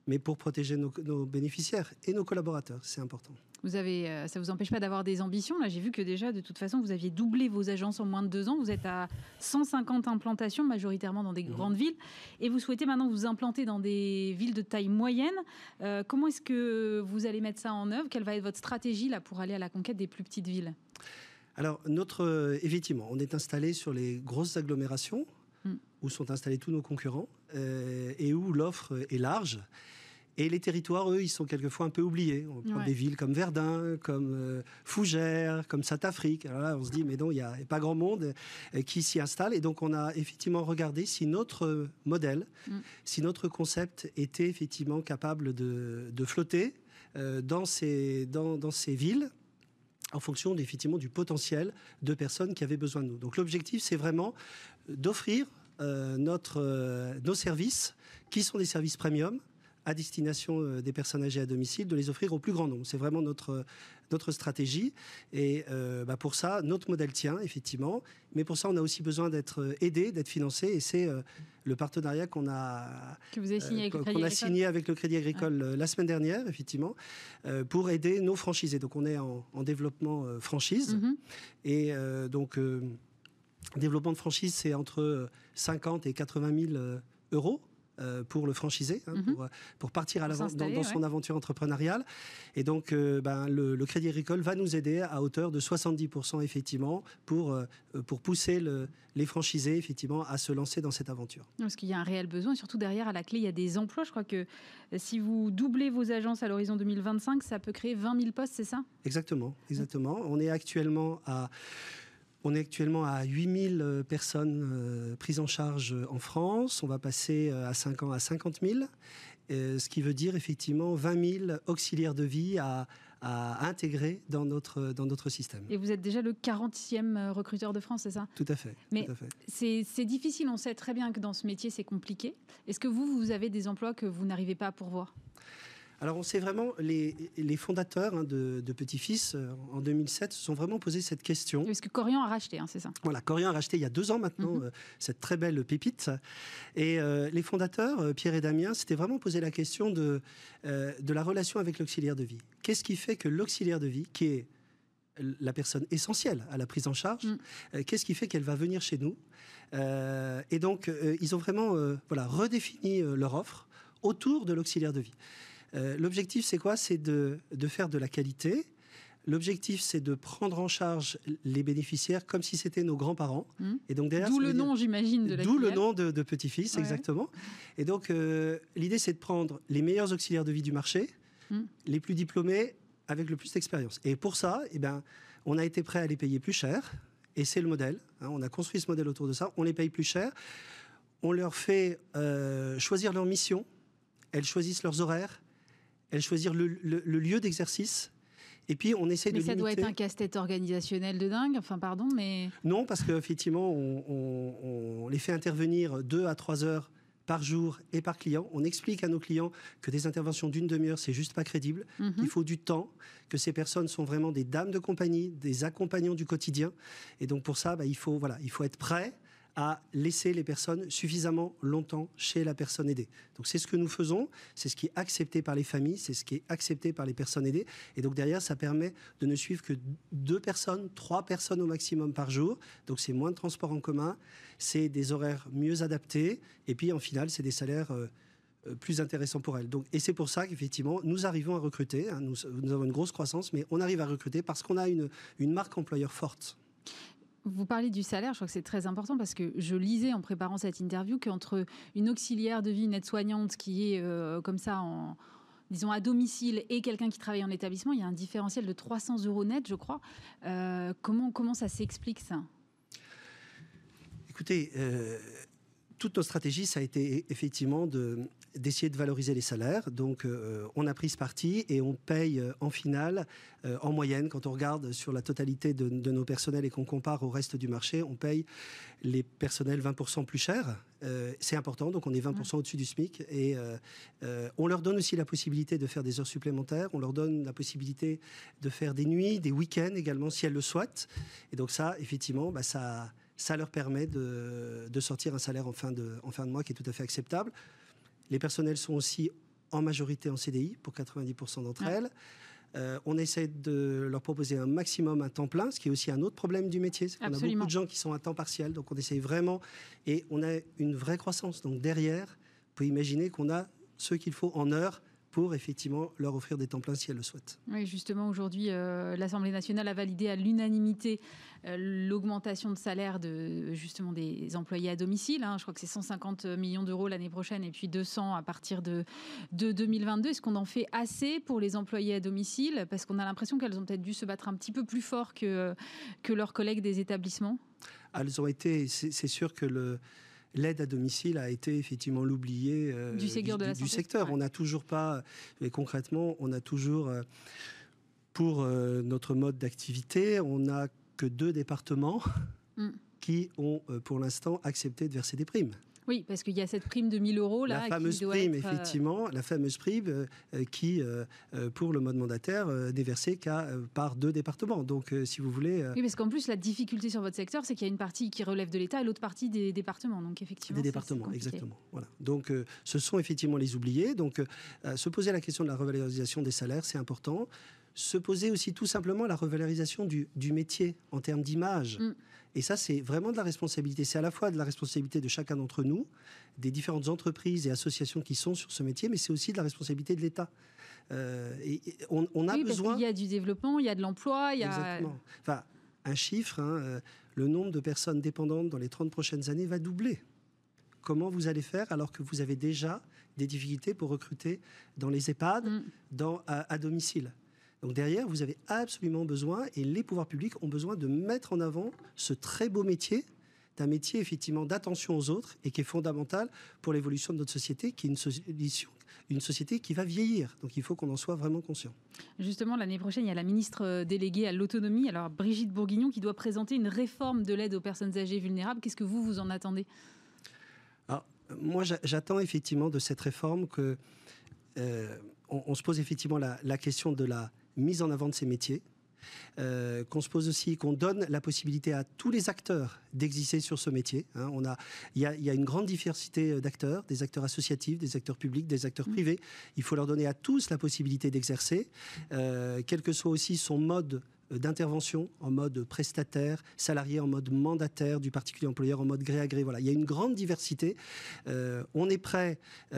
mais pour protéger nos bénéficiaires et nos collaborateurs, c'est important. Ça ne vous empêche pas d'avoir des ambitions. Là, j'ai vu que déjà, de toute façon, vous aviez doublé vos agences en moins de 2 ans. Vous êtes à 150 implantations, majoritairement dans des grandes villes. Et vous souhaitez maintenant vous implanter dans des villes de taille moyenne. Comment est-ce que vous allez mettre ça en œuvre? Quelle va être votre stratégie là, pour aller à la conquête des plus petites villes? Alors, effectivement, on est installé sur les grosses agglomérations où sont installés tous nos concurrents et où l'offre est large. Et les territoires, eux, ils sont quelquefois un peu oubliés. On prend des villes comme Verdun, comme Fougères, comme Saint-Afrique. Alors là, on se dit, mais non, il n'y a pas grand monde qui s'y installe. Et donc, on a effectivement regardé si notre modèle, si notre concept était effectivement capable de flotter dans ces villes, en fonction effectivement du potentiel de personnes qui avaient besoin de nous. Donc l'objectif, c'est vraiment d'offrir nos services, qui sont des services premium, à destination des personnes âgées à domicile, de les offrir au plus grand nombre. C'est vraiment notre stratégie. Et pour ça, notre modèle tient, effectivement. Mais pour ça, on a aussi besoin d'être aidé, d'être financé. Et c'est le partenariat qu'on a signé avec le Crédit Agricole la semaine dernière, effectivement, pour aider nos franchisés. Donc, on est en développement franchise. Et développement de franchise, c'est entre 50 et 80 000 euros. Pour le franchisé, pour partir dans son aventure entrepreneuriale. Et donc, le Crédit Agricole va nous aider à hauteur de 70%, effectivement, pour pousser les franchisés, effectivement, à se lancer dans cette aventure. Parce qu'il y a un réel besoin, et surtout derrière, à la clé, il y a des emplois. Je crois que si vous doublez vos agences à l'horizon 2025, ça peut créer 20 000 postes, c'est ça? Exactement. On est actuellement à 8000 personnes prises en charge en France. On va passer à 5 ans à 50 000, ce qui veut dire effectivement 20 000 auxiliaires de vie à intégrer dans notre système. Et vous êtes déjà le 40e recruteur de France, c'est ça? Tout à fait. Mais c'est difficile, on sait très bien que dans ce métier, c'est compliqué. Est-ce que vous avez des emplois que vous n'arrivez pas à pourvoir? Alors, on sait vraiment, les fondateurs de Petit-Fils, en 2007, se sont vraiment posé cette question. Parce que Korian a racheté, c'est ça? Voilà, Korian a racheté il y a 2 ans maintenant cette très belle pépite. Et les fondateurs, Pierre et Damien, s'étaient vraiment posé la question de la relation avec l'auxiliaire de vie. Qu'est-ce qui fait que l'auxiliaire de vie, qui est la personne essentielle à la prise en charge, qu'est-ce qui fait qu'elle va venir chez nous? Et donc, ils ont vraiment redéfini leur offre autour de l'auxiliaire de vie. L'objectif, c'est quoi? C'est de faire de la qualité. L'objectif, c'est de prendre en charge les bénéficiaires comme si c'était nos grands-parents. Et donc derrière, d'où le nom, j'imagine, de la D'où le nom de Petit-Fils, exactement. Et donc, l'idée, c'est de prendre les meilleurs auxiliaires de vie du marché, les plus diplômés, avec le plus d'expérience. Et pour ça, on a été prêt à les payer plus cher. Et c'est le modèle. On a construit ce modèle autour de ça. On les paye plus cher. On leur fait choisir leur mission. Elles choisissent leurs horaires. Elles choisissent le lieu d'exercice. Et puis, on essaie de limiter... Mais ça doit être un casse-tête organisationnel de dingue. Enfin, pardon, mais... Non, parce qu'effectivement, on les fait intervenir 2 à 3 heures par jour et par client. On explique à nos clients que des interventions d'une demi-heure, c'est juste pas crédible. Il faut du temps, que ces personnes sont vraiment des dames de compagnie, des accompagnants du quotidien. Et donc, pour ça, il faut être prêt à laisser les personnes suffisamment longtemps chez la personne aidée. Donc c'est ce que nous faisons, c'est ce qui est accepté par les familles, c'est ce qui est accepté par les personnes aidées. Et donc derrière, ça permet de ne suivre que 2 personnes, 3 personnes au maximum par jour. Donc c'est moins de transport en commun, c'est des horaires mieux adaptés. Et puis en final, c'est des salaires plus intéressants pour elles. Donc, et c'est pour ça qu'effectivement, nous arrivons à recruter. Nous avons une grosse croissance, mais on arrive à recruter parce qu'on a une marque employeur forte. Vous parlez du salaire, je crois que c'est très important parce que je lisais en préparant cette interview qu'entre une auxiliaire de vie, une aide-soignante qui est comme ça, disons à domicile, et quelqu'un qui travaille en établissement, il y a un différentiel de 300 € net, je crois. Comment ça s'explique, ça? Écoutez, toute notre stratégie, ça a été effectivement d'essayer de valoriser les salaires. Donc, on a pris ce parti et on paye en finale, en moyenne, quand on regarde sur la totalité de nos personnels et qu'on compare au reste du marché, on paye les personnels 20% plus cher. C'est important, donc on est 20% au-dessus du SMIC. Et on leur donne aussi la possibilité de faire des heures supplémentaires. On leur donne la possibilité de faire des nuits, des week-ends également, si elles le souhaitent. Et donc ça, effectivement, ça leur permet de sortir un salaire en fin de mois qui est tout à fait acceptable. Les personnels sont aussi en majorité en CDI pour 90% d'entre elles. On essaie de leur proposer un maximum un temps plein, ce qui est aussi un autre problème du métier. C'est qu'on a beaucoup de gens qui sont à temps partiel, donc on essaie vraiment, et on a une vraie croissance. Donc derrière, vous pouvez imaginer qu'on a ce qu'il faut en heures pour effectivement leur offrir des temps pleins si elles le souhaitent. Oui, justement, aujourd'hui, l'Assemblée nationale a validé à l'unanimité l'augmentation de salaire justement des employés à domicile. Je crois que c'est 150 millions d'euros l'année prochaine et puis 200 à partir de 2022. Est-ce qu'on en fait assez pour les employés à domicile? Parce qu'on a l'impression qu'elles ont peut-être dû se battre un petit peu plus fort que leurs collègues des établissements. Elles ont été, c'est sûr que l'aide à domicile a été effectivement l'oublié du secteur. Ouais. On n'a toujours pas, mais concrètement, on a toujours, pour notre mode d'activité, on n'a que 2 départements qui ont, pour l'instant, accepté de verser des primes. Oui, parce qu'il y a cette prime de 1 000 euros là. La fameuse prime, effectivement, la fameuse prime qui, pour le mode mandataire, n'est versée par 2 départements. Donc, si vous voulez. Oui, parce qu'en plus, la difficulté sur votre secteur, c'est qu'il y a une partie qui relève de l'État et l'autre partie des départements. Donc, effectivement. Des départements, exactement. Voilà. Donc, ce sont effectivement les oubliés. Donc, se poser la question de la revalorisation des salaires, c'est important. Se poser aussi tout simplement la revalorisation du métier en termes d'image. Et ça, c'est vraiment de la responsabilité. C'est à la fois de la responsabilité de chacun d'entre nous, des différentes entreprises et associations qui sont sur ce métier, mais c'est aussi de la responsabilité de l'État. On a besoin... Il y a du développement, il y a de l'emploi, il y a... Exactement. Enfin, un chiffre, le nombre de personnes dépendantes dans les 30 prochaines années va doubler. Comment vous allez faire alors que vous avez déjà des difficultés pour recruter dans les EHPAD, à domicile? Donc derrière, vous avez absolument besoin, et les pouvoirs publics ont besoin de mettre en avant ce très beau métier, d'un métier effectivement d'attention aux autres et qui est fondamental pour l'évolution de notre société, qui est une société qui va vieillir. Donc il faut qu'on en soit vraiment conscient. Justement, l'année prochaine, il y a la ministre déléguée à l'autonomie, alors Brigitte Bourguignon, qui doit présenter une réforme de l'aide aux personnes âgées vulnérables. Qu'est-ce que vous en attendez? Alors, moi, j'attends effectivement de cette réforme que on se pose effectivement la question de la mise en avant de ces métiers, qu'on se pose aussi, qu'on donne la possibilité à tous les acteurs d'exister sur ce métier. Il y a une grande diversité d'acteurs, des acteurs associatifs, des acteurs publics, des acteurs privés. Il faut leur donner à tous la possibilité d'exercer, quel que soit aussi son mode d'intervention, en mode prestataire, salarié en mode mandataire, du particulier employeur en mode gré à gré. Voilà, il y a une grande diversité. On est prêt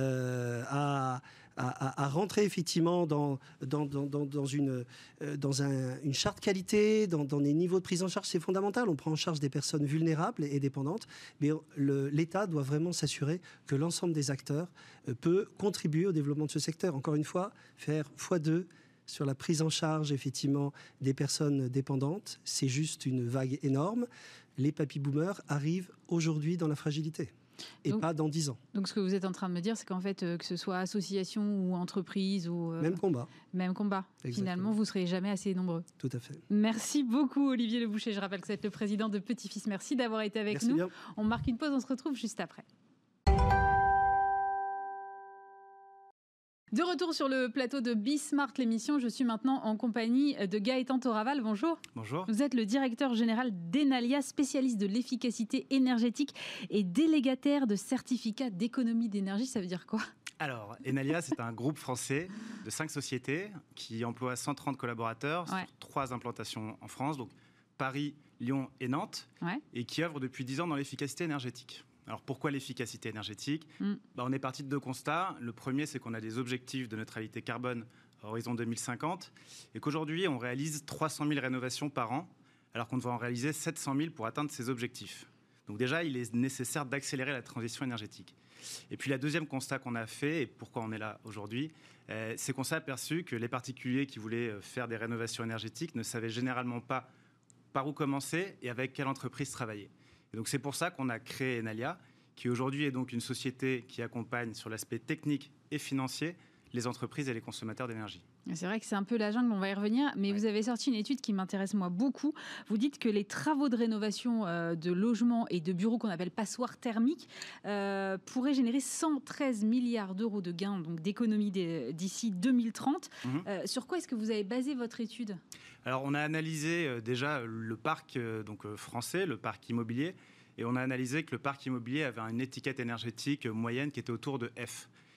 à rentrer effectivement dans une charte qualité, dans des niveaux de prise en charge. C'est fondamental. On prend en charge des personnes vulnérables et dépendantes, mais l'État doit vraiment s'assurer que l'ensemble des acteurs peut contribuer au développement de ce secteur. Encore une fois, faire x2 sur la prise en charge effectivement des personnes dépendantes, c'est juste une vague énorme. Les papy-boomers arrivent aujourd'hui dans la fragilité. Et pas dans 10 ans. Donc ce que vous êtes en train de me dire, c'est qu'en fait, que ce soit association ou entreprise ou... Même combat. Même combat. Exactement. Finalement, vous ne serez jamais assez nombreux. Tout à fait. Merci beaucoup, Olivier Le Boucher. Je rappelle que vous êtes le président de Petit Fils. Merci d'avoir été avec nous. Bien. On marque une pause, on se retrouve juste après. De retour sur le plateau de Bismart, l'émission, je suis maintenant en compagnie de Gaëtan Toraval. Bonjour. Bonjour. Vous êtes le directeur général d'Enalia, spécialiste de l'efficacité énergétique et délégataire de certificats d'économie d'énergie. Ça veut dire quoi? Alors, Enalia, c'est un groupe français de 5 sociétés qui emploie 130 collaborateurs sur 3 implantations en France, donc Paris, Lyon et Nantes, et qui œuvre depuis 10 ans dans l'efficacité énergétique. Alors pourquoi l'efficacité énergétique? On est parti de 2 constats. Le premier, c'est qu'on a des objectifs de neutralité carbone à horizon 2050 et qu'aujourd'hui, on réalise 300 000 rénovations par an, alors qu'on devrait en réaliser 700 000 pour atteindre ces objectifs. Donc déjà, il est nécessaire d'accélérer la transition énergétique. Et puis la deuxième constat qu'on a fait, et pourquoi on est là aujourd'hui, c'est qu'on s'est aperçu que les particuliers qui voulaient faire des rénovations énergétiques ne savaient généralement pas par où commencer et avec quelle entreprise travailler. Et donc c'est pour ça qu'on a créé Enalia, qui aujourd'hui est donc une société qui accompagne sur l'aspect technique et financier les entreprises et les consommateurs d'énergie. C'est vrai que c'est un peu la jungle, on va y revenir, mais vous avez sorti une étude qui m'intéresse moi beaucoup. Vous dites que les travaux de rénovation de logements et de bureaux qu'on appelle passoires thermiques pourraient générer 113 milliards d'euros de gains, donc d'économie d'ici 2030. Sur quoi est-ce que vous avez basé votre étude? Alors on a analysé déjà le parc français, le parc immobilier, et on a analysé que le parc immobilier avait une étiquette énergétique moyenne qui était autour de F.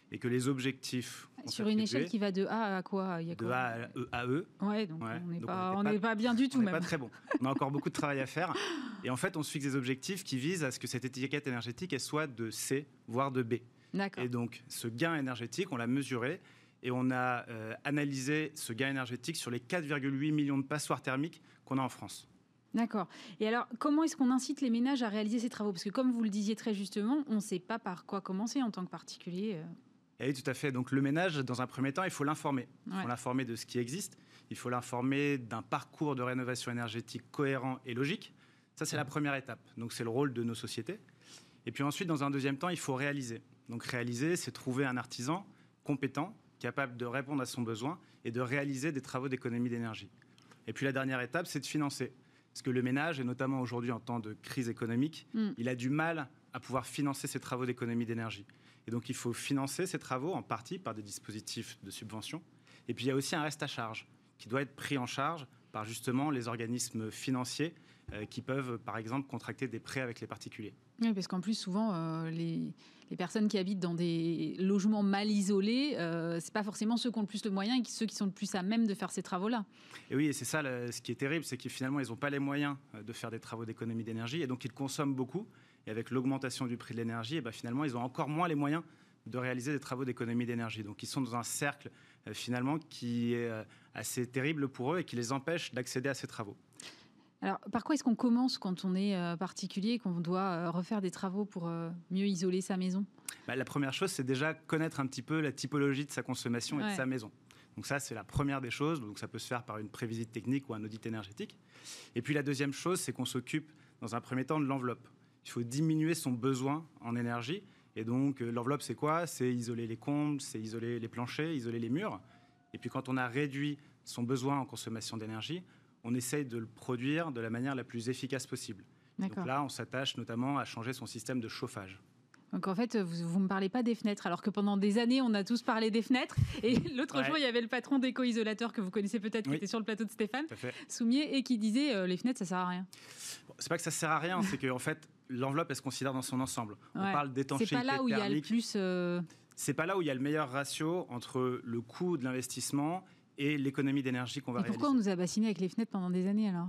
et que les objectifs... Sur une échelle qui va de A à quoi? Il y a de A à E. Ouais, donc on n'est pas bien du tout. On n'est pas très bon. On a encore beaucoup de travail à faire. Et en fait, on se fixe des objectifs qui visent à ce que cette étiquette énergétique elle soit de C, voire de B. D'accord. Et donc, ce gain énergétique, on l'a mesuré et on a analysé ce gain énergétique sur les 4,8 millions de passoires thermiques qu'on a en France. D'accord. Et alors, comment est-ce qu'on incite les ménages à réaliser ces travaux? Parce que comme vous le disiez très justement, on ne sait pas par quoi commencer en tant que particulier. Oui, tout à fait. Donc le ménage, dans un premier temps, il faut l'informer. Il faut l'informer de ce qui existe. Il faut l'informer d'un parcours de rénovation énergétique cohérent et logique. Ça, c'est la première étape. Donc c'est le rôle de nos sociétés. Et puis ensuite, dans un deuxième temps, il faut réaliser. Donc réaliser, c'est trouver un artisan compétent, capable de répondre à son besoin et de réaliser des travaux d'économie d'énergie. Et puis la dernière étape, c'est de financer. Parce que le ménage, et notamment aujourd'hui en temps de crise économique, il a du mal à pouvoir financer ses travaux d'économie d'énergie. Et donc, il faut financer ces travaux en partie par des dispositifs de subvention. Et puis, il y a aussi un reste à charge qui doit être pris en charge par justement les organismes financiers qui peuvent, par exemple, contracter des prêts avec les particuliers. Oui, parce qu'en plus, souvent, les personnes qui habitent dans des logements mal isolés, ce n'est pas forcément ceux qui ont le plus de moyens et ceux qui sont le plus à même de faire ces travaux-là. Et oui, et c'est ça, ce qui est terrible, c'est que finalement, ils n'ont pas les moyens de faire des travaux d'économie d'énergie et donc ils consomment beaucoup. Et avec l'augmentation du prix de l'énergie, finalement, ils ont encore moins les moyens de réaliser des travaux d'économie d'énergie. Donc, ils sont dans un cercle, finalement, qui est assez terrible pour eux et qui les empêche d'accéder à ces travaux. Alors, par quoi est-ce qu'on commence quand on est particulier et qu'on doit refaire des travaux pour mieux isoler sa maison? La première chose, c'est déjà connaître un petit peu la typologie de sa consommation et de sa maison. Donc ça, c'est la première des choses. Donc, ça peut se faire par une prévisite technique ou un audit énergétique. Et puis, la deuxième chose, c'est qu'on s'occupe, dans un premier temps, de l'enveloppe. Il faut diminuer son besoin en énergie. Et donc, l'enveloppe, c'est quoi? C'est isoler les combles, c'est isoler les planchers, isoler les murs. Et puis, quand on a réduit son besoin en consommation d'énergie, on essaye de le produire de la manière la plus efficace possible. Donc là, on s'attache notamment à changer son système de chauffage. Donc en fait, vous ne me parlez pas des fenêtres, alors que pendant des années, on a tous parlé des fenêtres. Et l'autre jour, il y avait le patron d'Éco-Isolateur, que vous connaissez peut-être, qui était sur le plateau de Stéphane Soumier, et qui disait les fenêtres, ça ne sert à rien. Bon, c'est pas que ça ne sert à rien, c'est qu'en fait, l'enveloppe, elle se considère dans son ensemble. On parle d'étanchéité thermique. C'est pas là où il y a le plus... C'est pas là où il y a le meilleur ratio entre le coût de l'investissement et l'économie d'énergie qu'on va réaliser. Pourquoi on nous a bassinés avec les fenêtres pendant des années alors?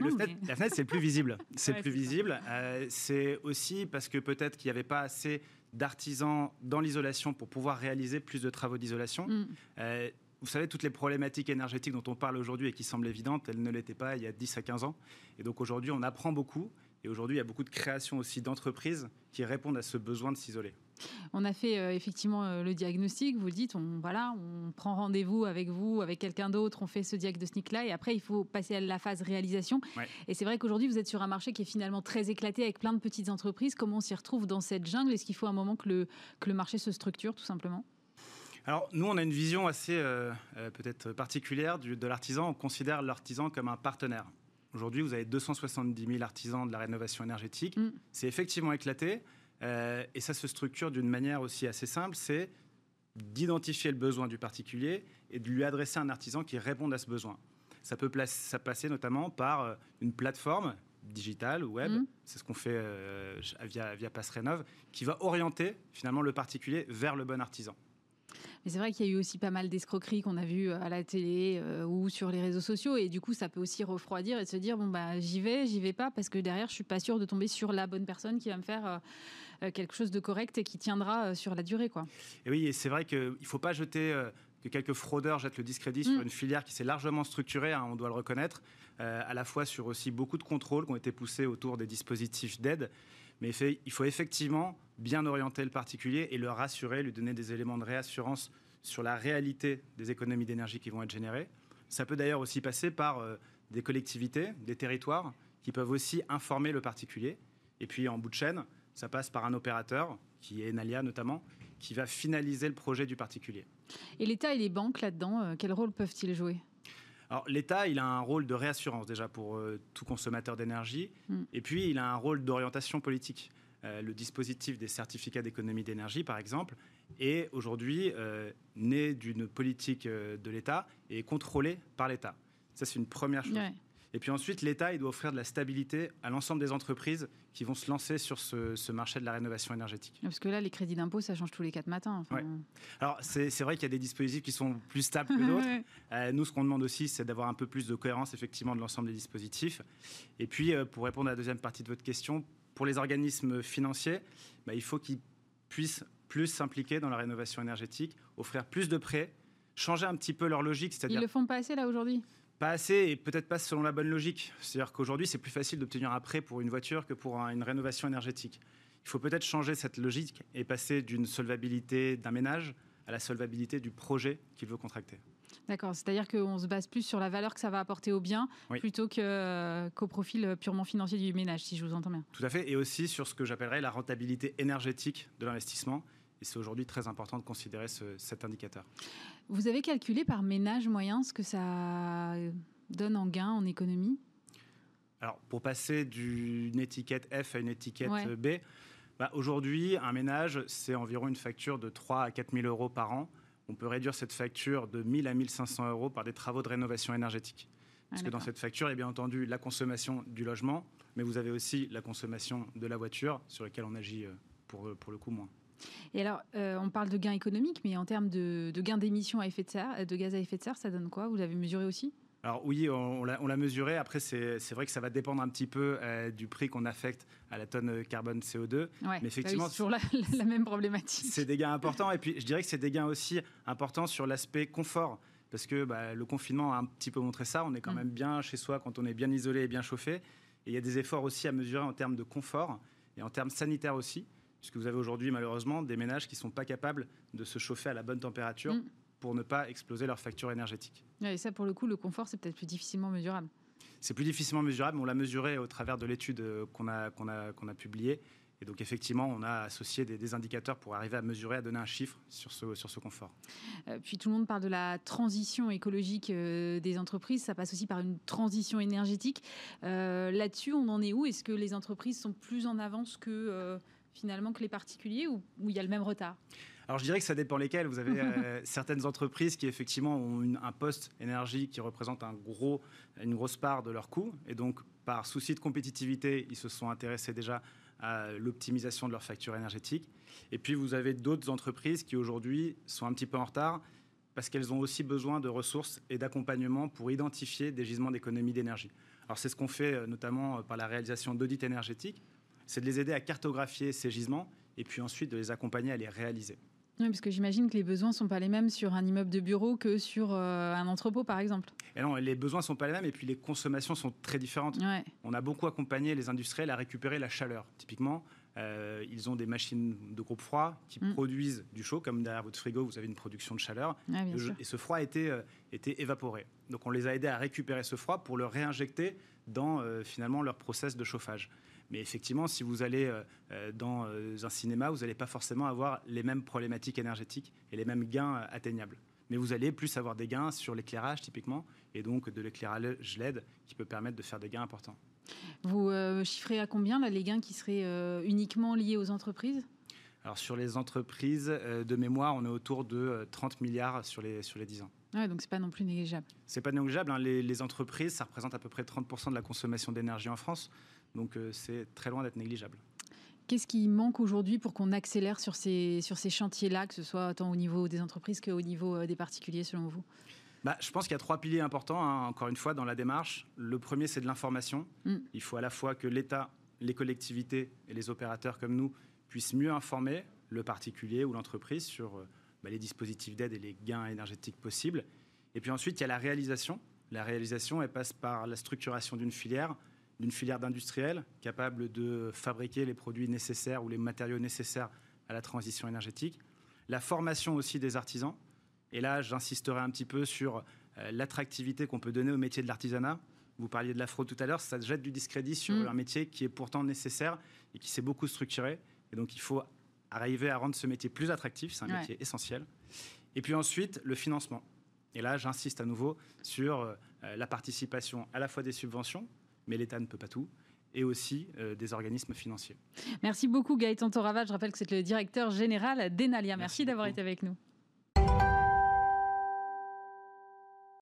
La fenêtre, c'est le plus visible. C'est le plus visible. C'est aussi parce que peut-être qu'il n'y avait pas assez d'artisans dans l'isolation pour pouvoir réaliser plus de travaux d'isolation. Vous savez, toutes les problématiques énergétiques dont on parle aujourd'hui et qui semblent évidentes, elles ne l'étaient pas il y a 10 à 15 ans. Et donc aujourd'hui, on apprend beaucoup. Et aujourd'hui, il y a beaucoup de créations aussi d'entreprises qui répondent à ce besoin de s'isoler. On a fait effectivement le diagnostic, vous le dites, on prend rendez-vous avec vous, avec quelqu'un d'autre, on fait ce diagnostic-là et après il faut passer à la phase réalisation. Et c'est vrai qu'aujourd'hui vous êtes sur un marché qui est finalement très éclaté avec plein de petites entreprises. Comment on s'y retrouve dans cette jungle? Est-ce qu'il faut un moment que le marché se structure tout simplement? Alors nous on a une vision assez peut-être particulière de l'artisan. On considère l'artisan comme un partenaire. Aujourd'hui, vous avez 270 000 artisans de la rénovation énergétique. C'est effectivement éclaté. Et ça se structure d'une manière aussi assez simple, c'est d'identifier le besoin du particulier et de lui adresser un artisan qui réponde à ce besoin. Ça peut passer notamment par une plateforme digitale ou web, c'est ce qu'on fait via PasseRénov, qui va orienter finalement le particulier vers le bon artisan. Mais c'est vrai qu'il y a eu aussi pas mal d'escroqueries qu'on a vues à la télé ou sur les réseaux sociaux. Et du coup, ça peut aussi refroidir et se dire, j'y vais pas parce que derrière, je suis pas sûre de tomber sur la bonne personne qui va me faire quelque chose de correct et qui tiendra sur la durée, quoi. Et oui, et c'est vrai qu'il ne faut pas jeter... que quelques fraudeurs jettent le discrédit sur une filière qui s'est largement structurée, on doit le reconnaître, à la fois sur aussi beaucoup de contrôles qui ont été poussés autour des dispositifs d'aide. Mais il faut effectivement bien orienter le particulier et le rassurer, lui donner des éléments de réassurance sur la réalité des économies d'énergie qui vont être générées. Ça peut d'ailleurs aussi passer par des collectivités, des territoires qui peuvent aussi informer le particulier. Et puis en bout de chaîne, ça passe par un opérateur, qui est Enalia notamment, qui va finaliser le projet du particulier. Et l'État et les banques là-dedans, quel rôle peuvent-ils jouer ? Alors, l'État, il a un rôle de réassurance déjà pour tout consommateur d'énergie. Et puis, il a un rôle d'orientation politique. Le dispositif des certificats d'économie d'énergie, par exemple, est aujourd'hui né d'une politique de l'État et contrôlé par l'État. Ça, c'est une première chose. Ouais. Et puis ensuite, l'État, il doit offrir de la stabilité à l'ensemble des entreprises qui vont se lancer sur ce marché de la rénovation énergétique. Parce que là, les crédits d'impôt, ça change tous les 4 matins. Ouais. Alors, c'est vrai qu'il y a des dispositifs qui sont plus stables que d'autres. Nous, ce qu'on demande aussi, c'est d'avoir un peu plus de cohérence, effectivement, de l'ensemble des dispositifs. Et puis, pour répondre à la deuxième partie de votre question, pour les organismes financiers, il faut qu'ils puissent plus s'impliquer dans la rénovation énergétique, offrir plus de prêts, changer un petit peu leur logique. Ils le font pas assez, là, aujourd'hui ? Pas assez et peut-être pas selon la bonne logique. C'est-à-dire qu'aujourd'hui, c'est plus facile d'obtenir un prêt pour une voiture que pour une rénovation énergétique. Il faut peut-être changer cette logique et passer d'une solvabilité d'un ménage à la solvabilité du projet qu'il veut contracter. D'accord, c'est-à-dire qu'on se base plus sur la valeur que ça va apporter au bien plutôt qu'au profil purement financier du ménage, si je vous entends bien. Tout à fait, et aussi sur ce que j'appellerais la rentabilité énergétique de l'investissement. Et c'est aujourd'hui très important de considérer cet indicateur. Vous avez calculé par ménage moyen ce que ça donne en gain en économie ? Alors, pour passer d'une étiquette F à une étiquette B, aujourd'hui, un ménage, c'est environ une facture de 3 à 4 000 euros par an. On peut réduire cette facture de 1 000 à 1 500 euros par des travaux de rénovation énergétique. Parce que dans cette facture, il y a bien entendu la consommation du logement, mais vous avez aussi la consommation de la voiture, sur laquelle on agit pour le coup moins. Et alors, on parle de gains économiques, mais en termes de gains d'émissions à effet de serre, de gaz à effet de serre, ça donne quoi ? Vous l'avez mesuré aussi ? Alors oui, on l'a mesuré. Après, c'est vrai que ça va dépendre un petit peu du prix qu'on affecte à la tonne carbone CO2. Mais effectivement, c'est toujours la même problématique. C'est des gains importants. Et puis, je dirais que c'est des gains aussi importants sur l'aspect confort. Parce que le confinement a un petit peu montré ça. On est quand même bien chez soi quand on est bien isolé et bien chauffé. Et il y a des efforts aussi à mesurer en termes de confort et en termes sanitaires aussi. Puisque vous avez aujourd'hui, malheureusement, des ménages qui ne sont pas capables de se chauffer à la bonne température pour ne pas exploser leur facture énergétique. Et ça, pour le coup, le confort, c'est peut-être plus difficilement mesurable. C'est plus difficilement mesurable, mais on l'a mesuré au travers de l'étude qu'on a publiée. Et donc, effectivement, on a associé des indicateurs pour arriver à mesurer, à donner un chiffre sur ce confort. Puis, tout le monde parle de la transition écologique des entreprises. Ça passe aussi par une transition énergétique. Là-dessus, on en est où ? Est-ce que les entreprises sont plus en avance que... finalement que les particuliers ou il y a le même retard ? Alors je dirais que ça dépend lesquels. Vous avez certaines entreprises qui effectivement ont un poste énergie qui représente une grosse part de leur coût et donc par souci de compétitivité, ils se sont intéressés déjà à l'optimisation de leur facture énergétique. Et puis vous avez d'autres entreprises qui aujourd'hui sont un petit peu en retard parce qu'elles ont aussi besoin de ressources et d'accompagnement pour identifier des gisements d'économie d'énergie. Alors c'est ce qu'on fait notamment par la réalisation d'audits énergétiques. C'est de les aider à cartographier ces gisements et puis ensuite de les accompagner à les réaliser. Oui, parce que j'imagine que les besoins ne sont pas les mêmes sur un immeuble de bureau que sur un entrepôt, par exemple. Et non, les besoins ne sont pas les mêmes et puis les consommations sont très différentes. Ouais. On a beaucoup accompagné les industriels à récupérer la chaleur. Typiquement, ils ont des machines de groupe froid qui produisent du chaud, comme derrière votre frigo, vous avez une production de chaleur. Et ce froid était évaporé. Donc on les a aidés à récupérer ce froid pour le réinjecter dans finalement leur process de chauffage. Mais effectivement, si vous allez dans un cinéma, vous n'allez pas forcément avoir les mêmes problématiques énergétiques et les mêmes gains atteignables. Mais vous allez plus avoir des gains sur l'éclairage, typiquement, et donc de l'éclairage LED qui peut permettre de faire des gains importants. Vous chiffrez à combien là, les gains qui seraient uniquement liés aux entreprises ? Alors sur les entreprises, de mémoire, on est autour de 30 milliards sur les 10 ans. Ouais, donc c'est pas non plus négligeable. C'est pas négligeable. Hein. Les entreprises, ça représente à peu près 30% de la consommation d'énergie en France. Donc c'est très loin d'être négligeable. Qu'est-ce qui manque aujourd'hui pour qu'on accélère sur ces chantiers-là, que ce soit tant au niveau des entreprises qu'au niveau des particuliers, selon vous ? Je pense qu'il y a 3 piliers importants, encore une fois, dans la démarche. Le premier, c'est de l'information. Il faut à la fois que l'État, les collectivités et les opérateurs comme nous puissent mieux informer le particulier ou l'entreprise sur les dispositifs d'aide et les gains énergétiques possibles. Et puis ensuite, il y a la réalisation. La réalisation, elle passe par la structuration d'une filière d'industriels capable de fabriquer les produits nécessaires ou les matériaux nécessaires à la transition énergétique. La formation aussi des artisans. Et là, j'insisterai un petit peu sur l'attractivité qu'on peut donner au métier de l'artisanat. Vous parliez de la fraude tout à l'heure, ça jette du discrédit sur un métier qui est pourtant nécessaire et qui s'est beaucoup structuré. Et donc, il faut arriver à rendre ce métier plus attractif. C'est un métier essentiel. Et puis ensuite, le financement. Et là, j'insiste à nouveau sur la participation à la fois des subventions, mais l'État ne peut pas tout, et aussi des organismes financiers. Merci beaucoup Gaëtan Toravat. Je rappelle que c'est le directeur général d'Enalia. Merci d'avoir été avec nous.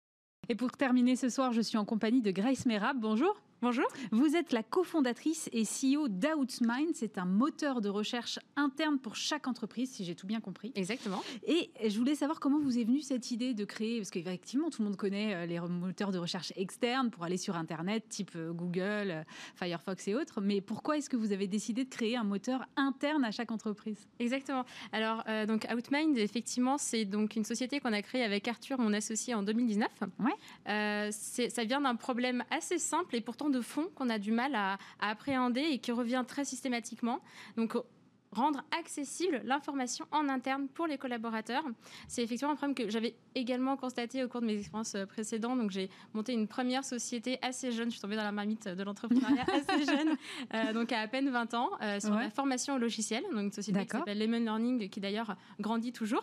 Et pour terminer ce soir, je suis en compagnie de Grace Merab. Bonjour. Bonjour. Vous êtes la cofondatrice et CEO d'Outmind. C'est un moteur de recherche interne pour chaque entreprise, si j'ai tout bien compris. Exactement. Et je voulais savoir comment vous est venue cette idée de créer, parce qu'effectivement, tout le monde connaît les moteurs de recherche externes pour aller sur Internet, type Google, Firefox et autres. Mais pourquoi est-ce que vous avez décidé de créer un moteur interne à chaque entreprise ? Exactement. Alors, donc Outmind, effectivement, c'est donc une société qu'on a créée avec Arthur, mon associé, en 2019. Ouais. Ça vient d'un problème assez simple et pourtant de fond qu'on a du mal à appréhender et qui revient très systématiquement. Donc, rendre accessible l'information en interne pour les collaborateurs. C'est effectivement un problème que j'avais également constaté au cours de mes expériences précédentes. Donc, j'ai monté une première société assez jeune. Je suis tombée dans la marmite de l'entrepreneuriat assez jeune, donc à peine 20 ans, sur la formation au logiciel. Donc, une société qui s'appelle Lemon Learning, qui d'ailleurs grandit toujours.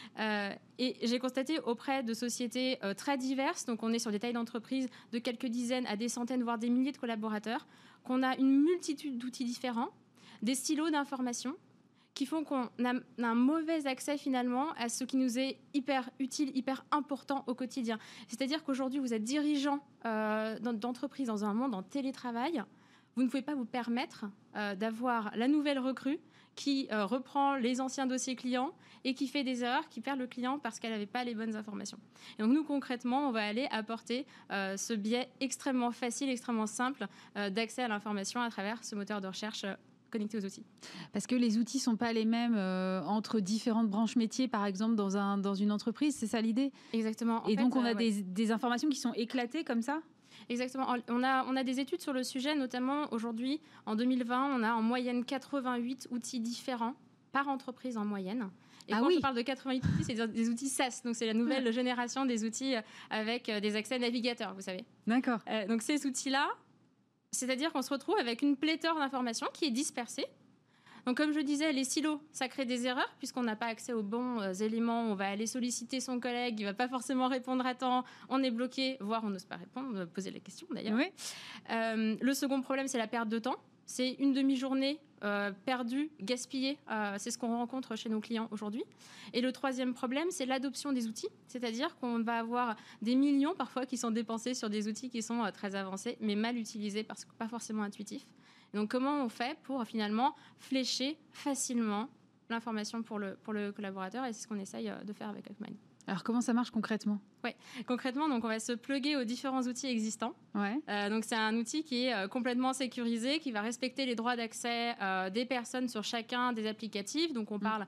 Et j'ai constaté auprès de sociétés très diverses, donc on est sur des tailles d'entreprises de quelques dizaines à des centaines, voire des milliers de collaborateurs, qu'on a une multitude d'outils différents, des silos d'informations qui font qu'on a un mauvais accès finalement à ce qui nous est hyper utile, hyper important au quotidien. C'est-à-dire qu'aujourd'hui, vous êtes dirigeant d'entreprise dans un monde en télétravail, vous ne pouvez pas vous permettre d'avoir la nouvelle recrue qui reprend les anciens dossiers clients et qui fait des erreurs, qui perd le client parce qu'elle n'avait pas les bonnes informations. Et donc nous, concrètement, on va aller apporter ce biais extrêmement facile, extrêmement simple d'accès à l'information à travers ce moteur de recherche connecté aux outils. Parce que les outils ne sont pas les mêmes entre différentes branches métiers, par exemple, dans une entreprise, c'est ça l'idée ? Exactement. Et donc on a des informations qui sont éclatées comme ça ? Exactement. On a des études sur le sujet, notamment aujourd'hui, en 2020, on a en moyenne 88 outils différents par entreprise en moyenne. Et quand je parle de 88 outils, c'est des outils SaaS, donc c'est la nouvelle génération des outils avec des accès navigateurs, vous savez. D'accord. Donc ces outils-là, c'est-à-dire qu'on se retrouve avec une pléthore d'informations qui est dispersée. Donc, comme je disais, les silos, ça crée des erreurs puisqu'on n'a pas accès aux bons éléments. On va aller solliciter son collègue, il ne va pas forcément répondre à temps. On est bloqué, voire on n'ose pas répondre, on va poser la question d'ailleurs. Oui. Le second problème, c'est la perte de temps. C'est une demi-journée perdue, gaspillée. C'est ce qu'on rencontre chez nos clients aujourd'hui. Et le troisième problème, c'est l'adoption des outils. C'est-à-dire qu'on va avoir des millions parfois qui sont dépensés sur des outils qui sont très avancés, mais mal utilisés parce que pas forcément intuitifs. Donc, comment on fait pour finalement flécher facilement l'information pour le collaborateur ? Et c'est ce qu'on essaye de faire avec Outmind. Alors, comment ça marche concrètement ? Oui, concrètement, donc on va se plugger aux différents outils existants. Ouais. Donc, c'est un outil qui est complètement sécurisé, qui va respecter les droits d'accès des personnes sur chacun des applicatifs. Donc, on parle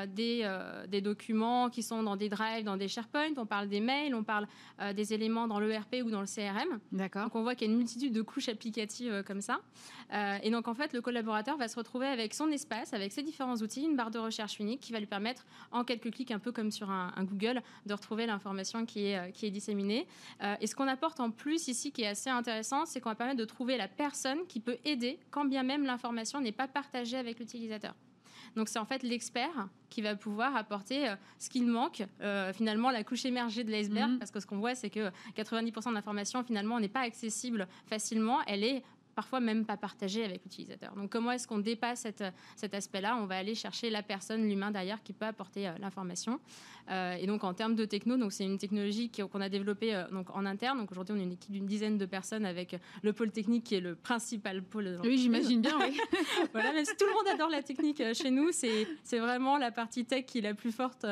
des documents qui sont dans des drives, dans des SharePoint. On parle des mails, on parle des éléments dans l'ERP ou dans le CRM. D'accord. Donc, on voit qu'il y a une multitude de couches applicatives comme ça. Et donc, en fait, le collaborateur va se retrouver avec son espace, avec ses différents outils, une barre de recherche unique qui va lui permettre, en quelques clics, un peu comme sur un Google, de retrouver l'information qui est disséminée. Et ce qu'on apporte en plus ici, qui est assez intéressant, c'est qu'on va permettre de trouver la personne qui peut aider, quand bien même l'information n'est pas partagée avec l'utilisateur. Donc, c'est en fait l'expert qui va pouvoir apporter ce qu'il manque, finalement, la couche émergée de l'iceberg, parce que ce qu'on voit, c'est que 90% de l'information, finalement, n'est pas accessible facilement. Elle est parfois même pas partagée avec l'utilisateur. Donc, comment est-ce qu'on dépasse cet aspect-là ? On va aller chercher la personne, l'humain derrière, qui peut apporter l'information. Et donc, en termes de techno, donc c'est une technologie qu'on a développée donc en interne. Donc, aujourd'hui, on est une équipe d'une dizaine de personnes avec le pôle technique qui est le principal pôle. Oui, j'imagine bien, oui. Voilà, même si tout le monde adore la technique chez nous, c'est vraiment la partie tech qui est la plus forte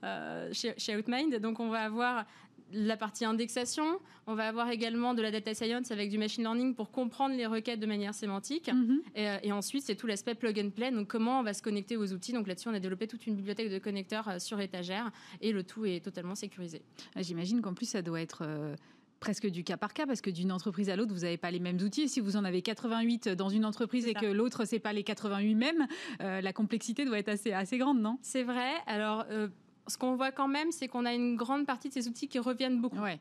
chez Outmind. Donc, on va avoir la partie indexation, on va avoir également de la data science avec du machine learning pour comprendre les requêtes de manière sémantique. Et ensuite, c'est tout l'aspect plug and play. Donc, comment on va se connecter aux outils. Donc, là-dessus, on a développé toute une bibliothèque de connecteurs sur étagère et le tout est totalement sécurisé. J'imagine qu'en plus, ça doit être presque du cas par cas, parce que d'une entreprise à l'autre, vous n'avez pas les mêmes outils. Si vous en avez 88 dans une entreprise et que l'autre, c'est pas les 88 mêmes, la complexité doit être assez grande, non ? C'est vrai. Alors, ce qu'on voit quand même, c'est qu'on a une grande partie de ces outils qui reviennent beaucoup. Ouais.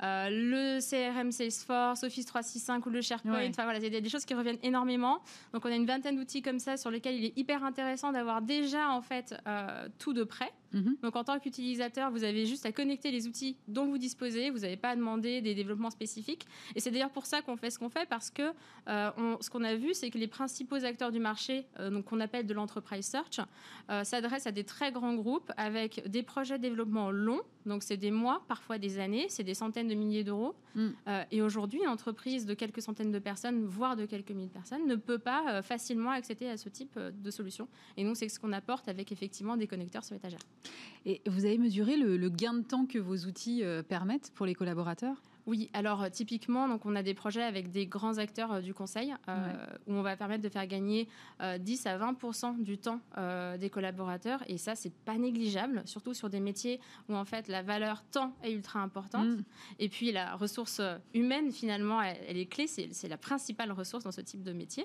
Le CRM Salesforce, Office 365 ou le SharePoint, enfin voilà, il y a des choses qui reviennent énormément. Donc on a une vingtaine d'outils comme ça sur lesquels il est hyper intéressant d'avoir déjà en fait tout de près. Donc en tant qu'utilisateur, vous avez juste à connecter les outils dont vous disposez, vous n'avez pas à demander des développements spécifiques. Et c'est d'ailleurs pour ça qu'on fait ce qu'on fait, parce que ce qu'on a vu, c'est que les principaux acteurs du marché, donc qu'on appelle de l'enterprise search, s'adressent à des très grands groupes avec des projets de développement longs, Donc, c'est des mois, parfois des années, c'est des centaines de milliers d'euros. Et aujourd'hui, une entreprise de quelques centaines de personnes, voire de quelques milliers de personnes, ne peut pas facilement accéder à ce type de solution. Et nous, c'est ce qu'on apporte avec effectivement des connecteurs sur étagère. Et vous avez mesuré le gain de temps que vos outils permettent pour les collaborateurs ? Oui, alors typiquement, donc on a des projets avec des grands acteurs du conseil où on va permettre de faire gagner 10 à 20% du temps des collaborateurs, et ça, c'est pas négligeable, surtout sur des métiers où en fait la valeur temps est ultra importante. Et puis la ressource humaine, finalement, elle est clé, c'est la principale ressource dans ce type de métier.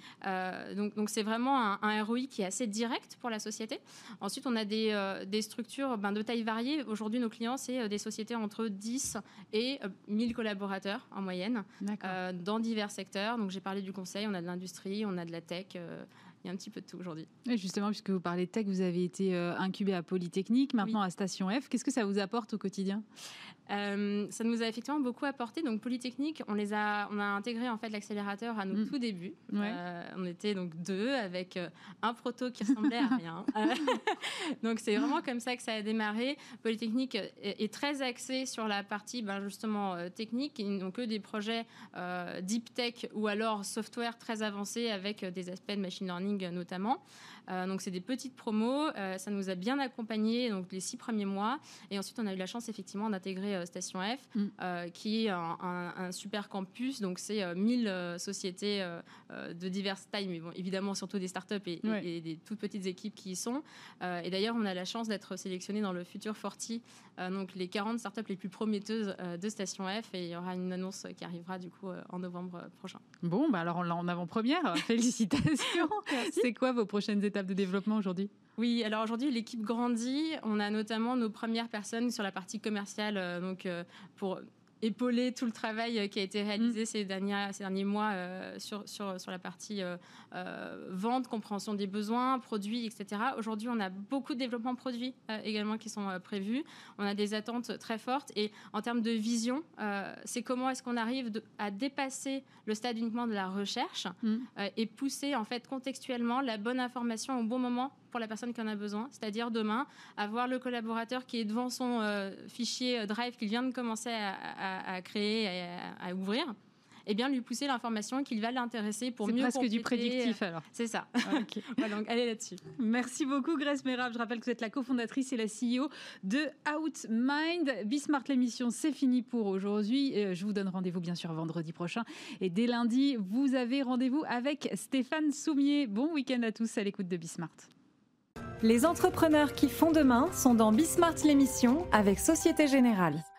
Donc c'est vraiment un ROI qui est assez direct pour la société. Ensuite, on a des structures de taille variée. Aujourd'hui, nos clients, c'est des sociétés entre 10 et 1000 collaborateurs en moyenne dans divers secteurs. Donc j'ai parlé du conseil, on a de l'industrie, on a de la tech, il y a un petit peu de tout aujourd'hui. Et justement, puisque vous parlez de tech, vous avez été incubé à Polytechnique, maintenant à Station F. Qu'est-ce que ça vous apporte au quotidien ? Ça nous a effectivement beaucoup apporté. Donc Polytechnique, on a intégré en fait l'accélérateur à nos tout débuts. On était donc 2 avec un proto qui ressemblait à rien. Donc c'est vraiment comme ça que ça a démarré. Polytechnique est très axé sur la partie justement technique. Ils n'ont que des projets deep tech ou alors software très avancés avec des aspects de machine learning notamment. Donc c'est des petites promos, ça nous a bien accompagnés donc les 6 premiers mois, et ensuite on a eu la chance effectivement d'intégrer Station F qui est un super campus. Donc c'est 1000 sociétés de diverses tailles, mais bon, évidemment surtout des startups et des toutes petites équipes qui y sont, et d'ailleurs on a la chance d'être sélectionné dans le Future 40, donc les 40 startups les plus prometteuses de Station F, et il y aura une annonce qui arrivera du coup en novembre prochain. Bon, alors on l'a en avant-première, félicitations. C'est quoi vos prochaines étapes de développement aujourd'hui ? Oui, alors aujourd'hui, l'équipe grandit. On a notamment nos premières personnes sur la partie commerciale, pour épauler tout le travail qui a été réalisé ces derniers mois sur la partie vente, compréhension des besoins, produits, etc. Aujourd'hui, on a beaucoup de développement produits également qui sont prévus. On a des attentes très fortes, et en termes de vision, c'est comment est-ce qu'on arrive à dépasser le stade uniquement de la recherche et pousser en fait contextuellement la bonne information au bon moment pour la personne qui en a besoin, c'est-à-dire demain, avoir le collaborateur qui est devant son fichier Drive qu'il vient de commencer à créer et à ouvrir, et bien lui pousser l'information qui va l'intéresser pour mieux compléter. C'est presque du prédictif alors. C'est ça. Voilà, donc allez là-dessus. Merci beaucoup Grace Merab. Je rappelle que vous êtes la cofondatrice et la CEO de Outmind. Bismart, l'émission, c'est fini pour aujourd'hui. Je vous donne rendez-vous bien sûr vendredi prochain. Et dès lundi, vous avez rendez-vous avec Stéphane Soumier. Bon week-end à tous à l'écoute de Bismart. Les entrepreneurs qui font demain sont dans Bismart l'émission avec Société Générale.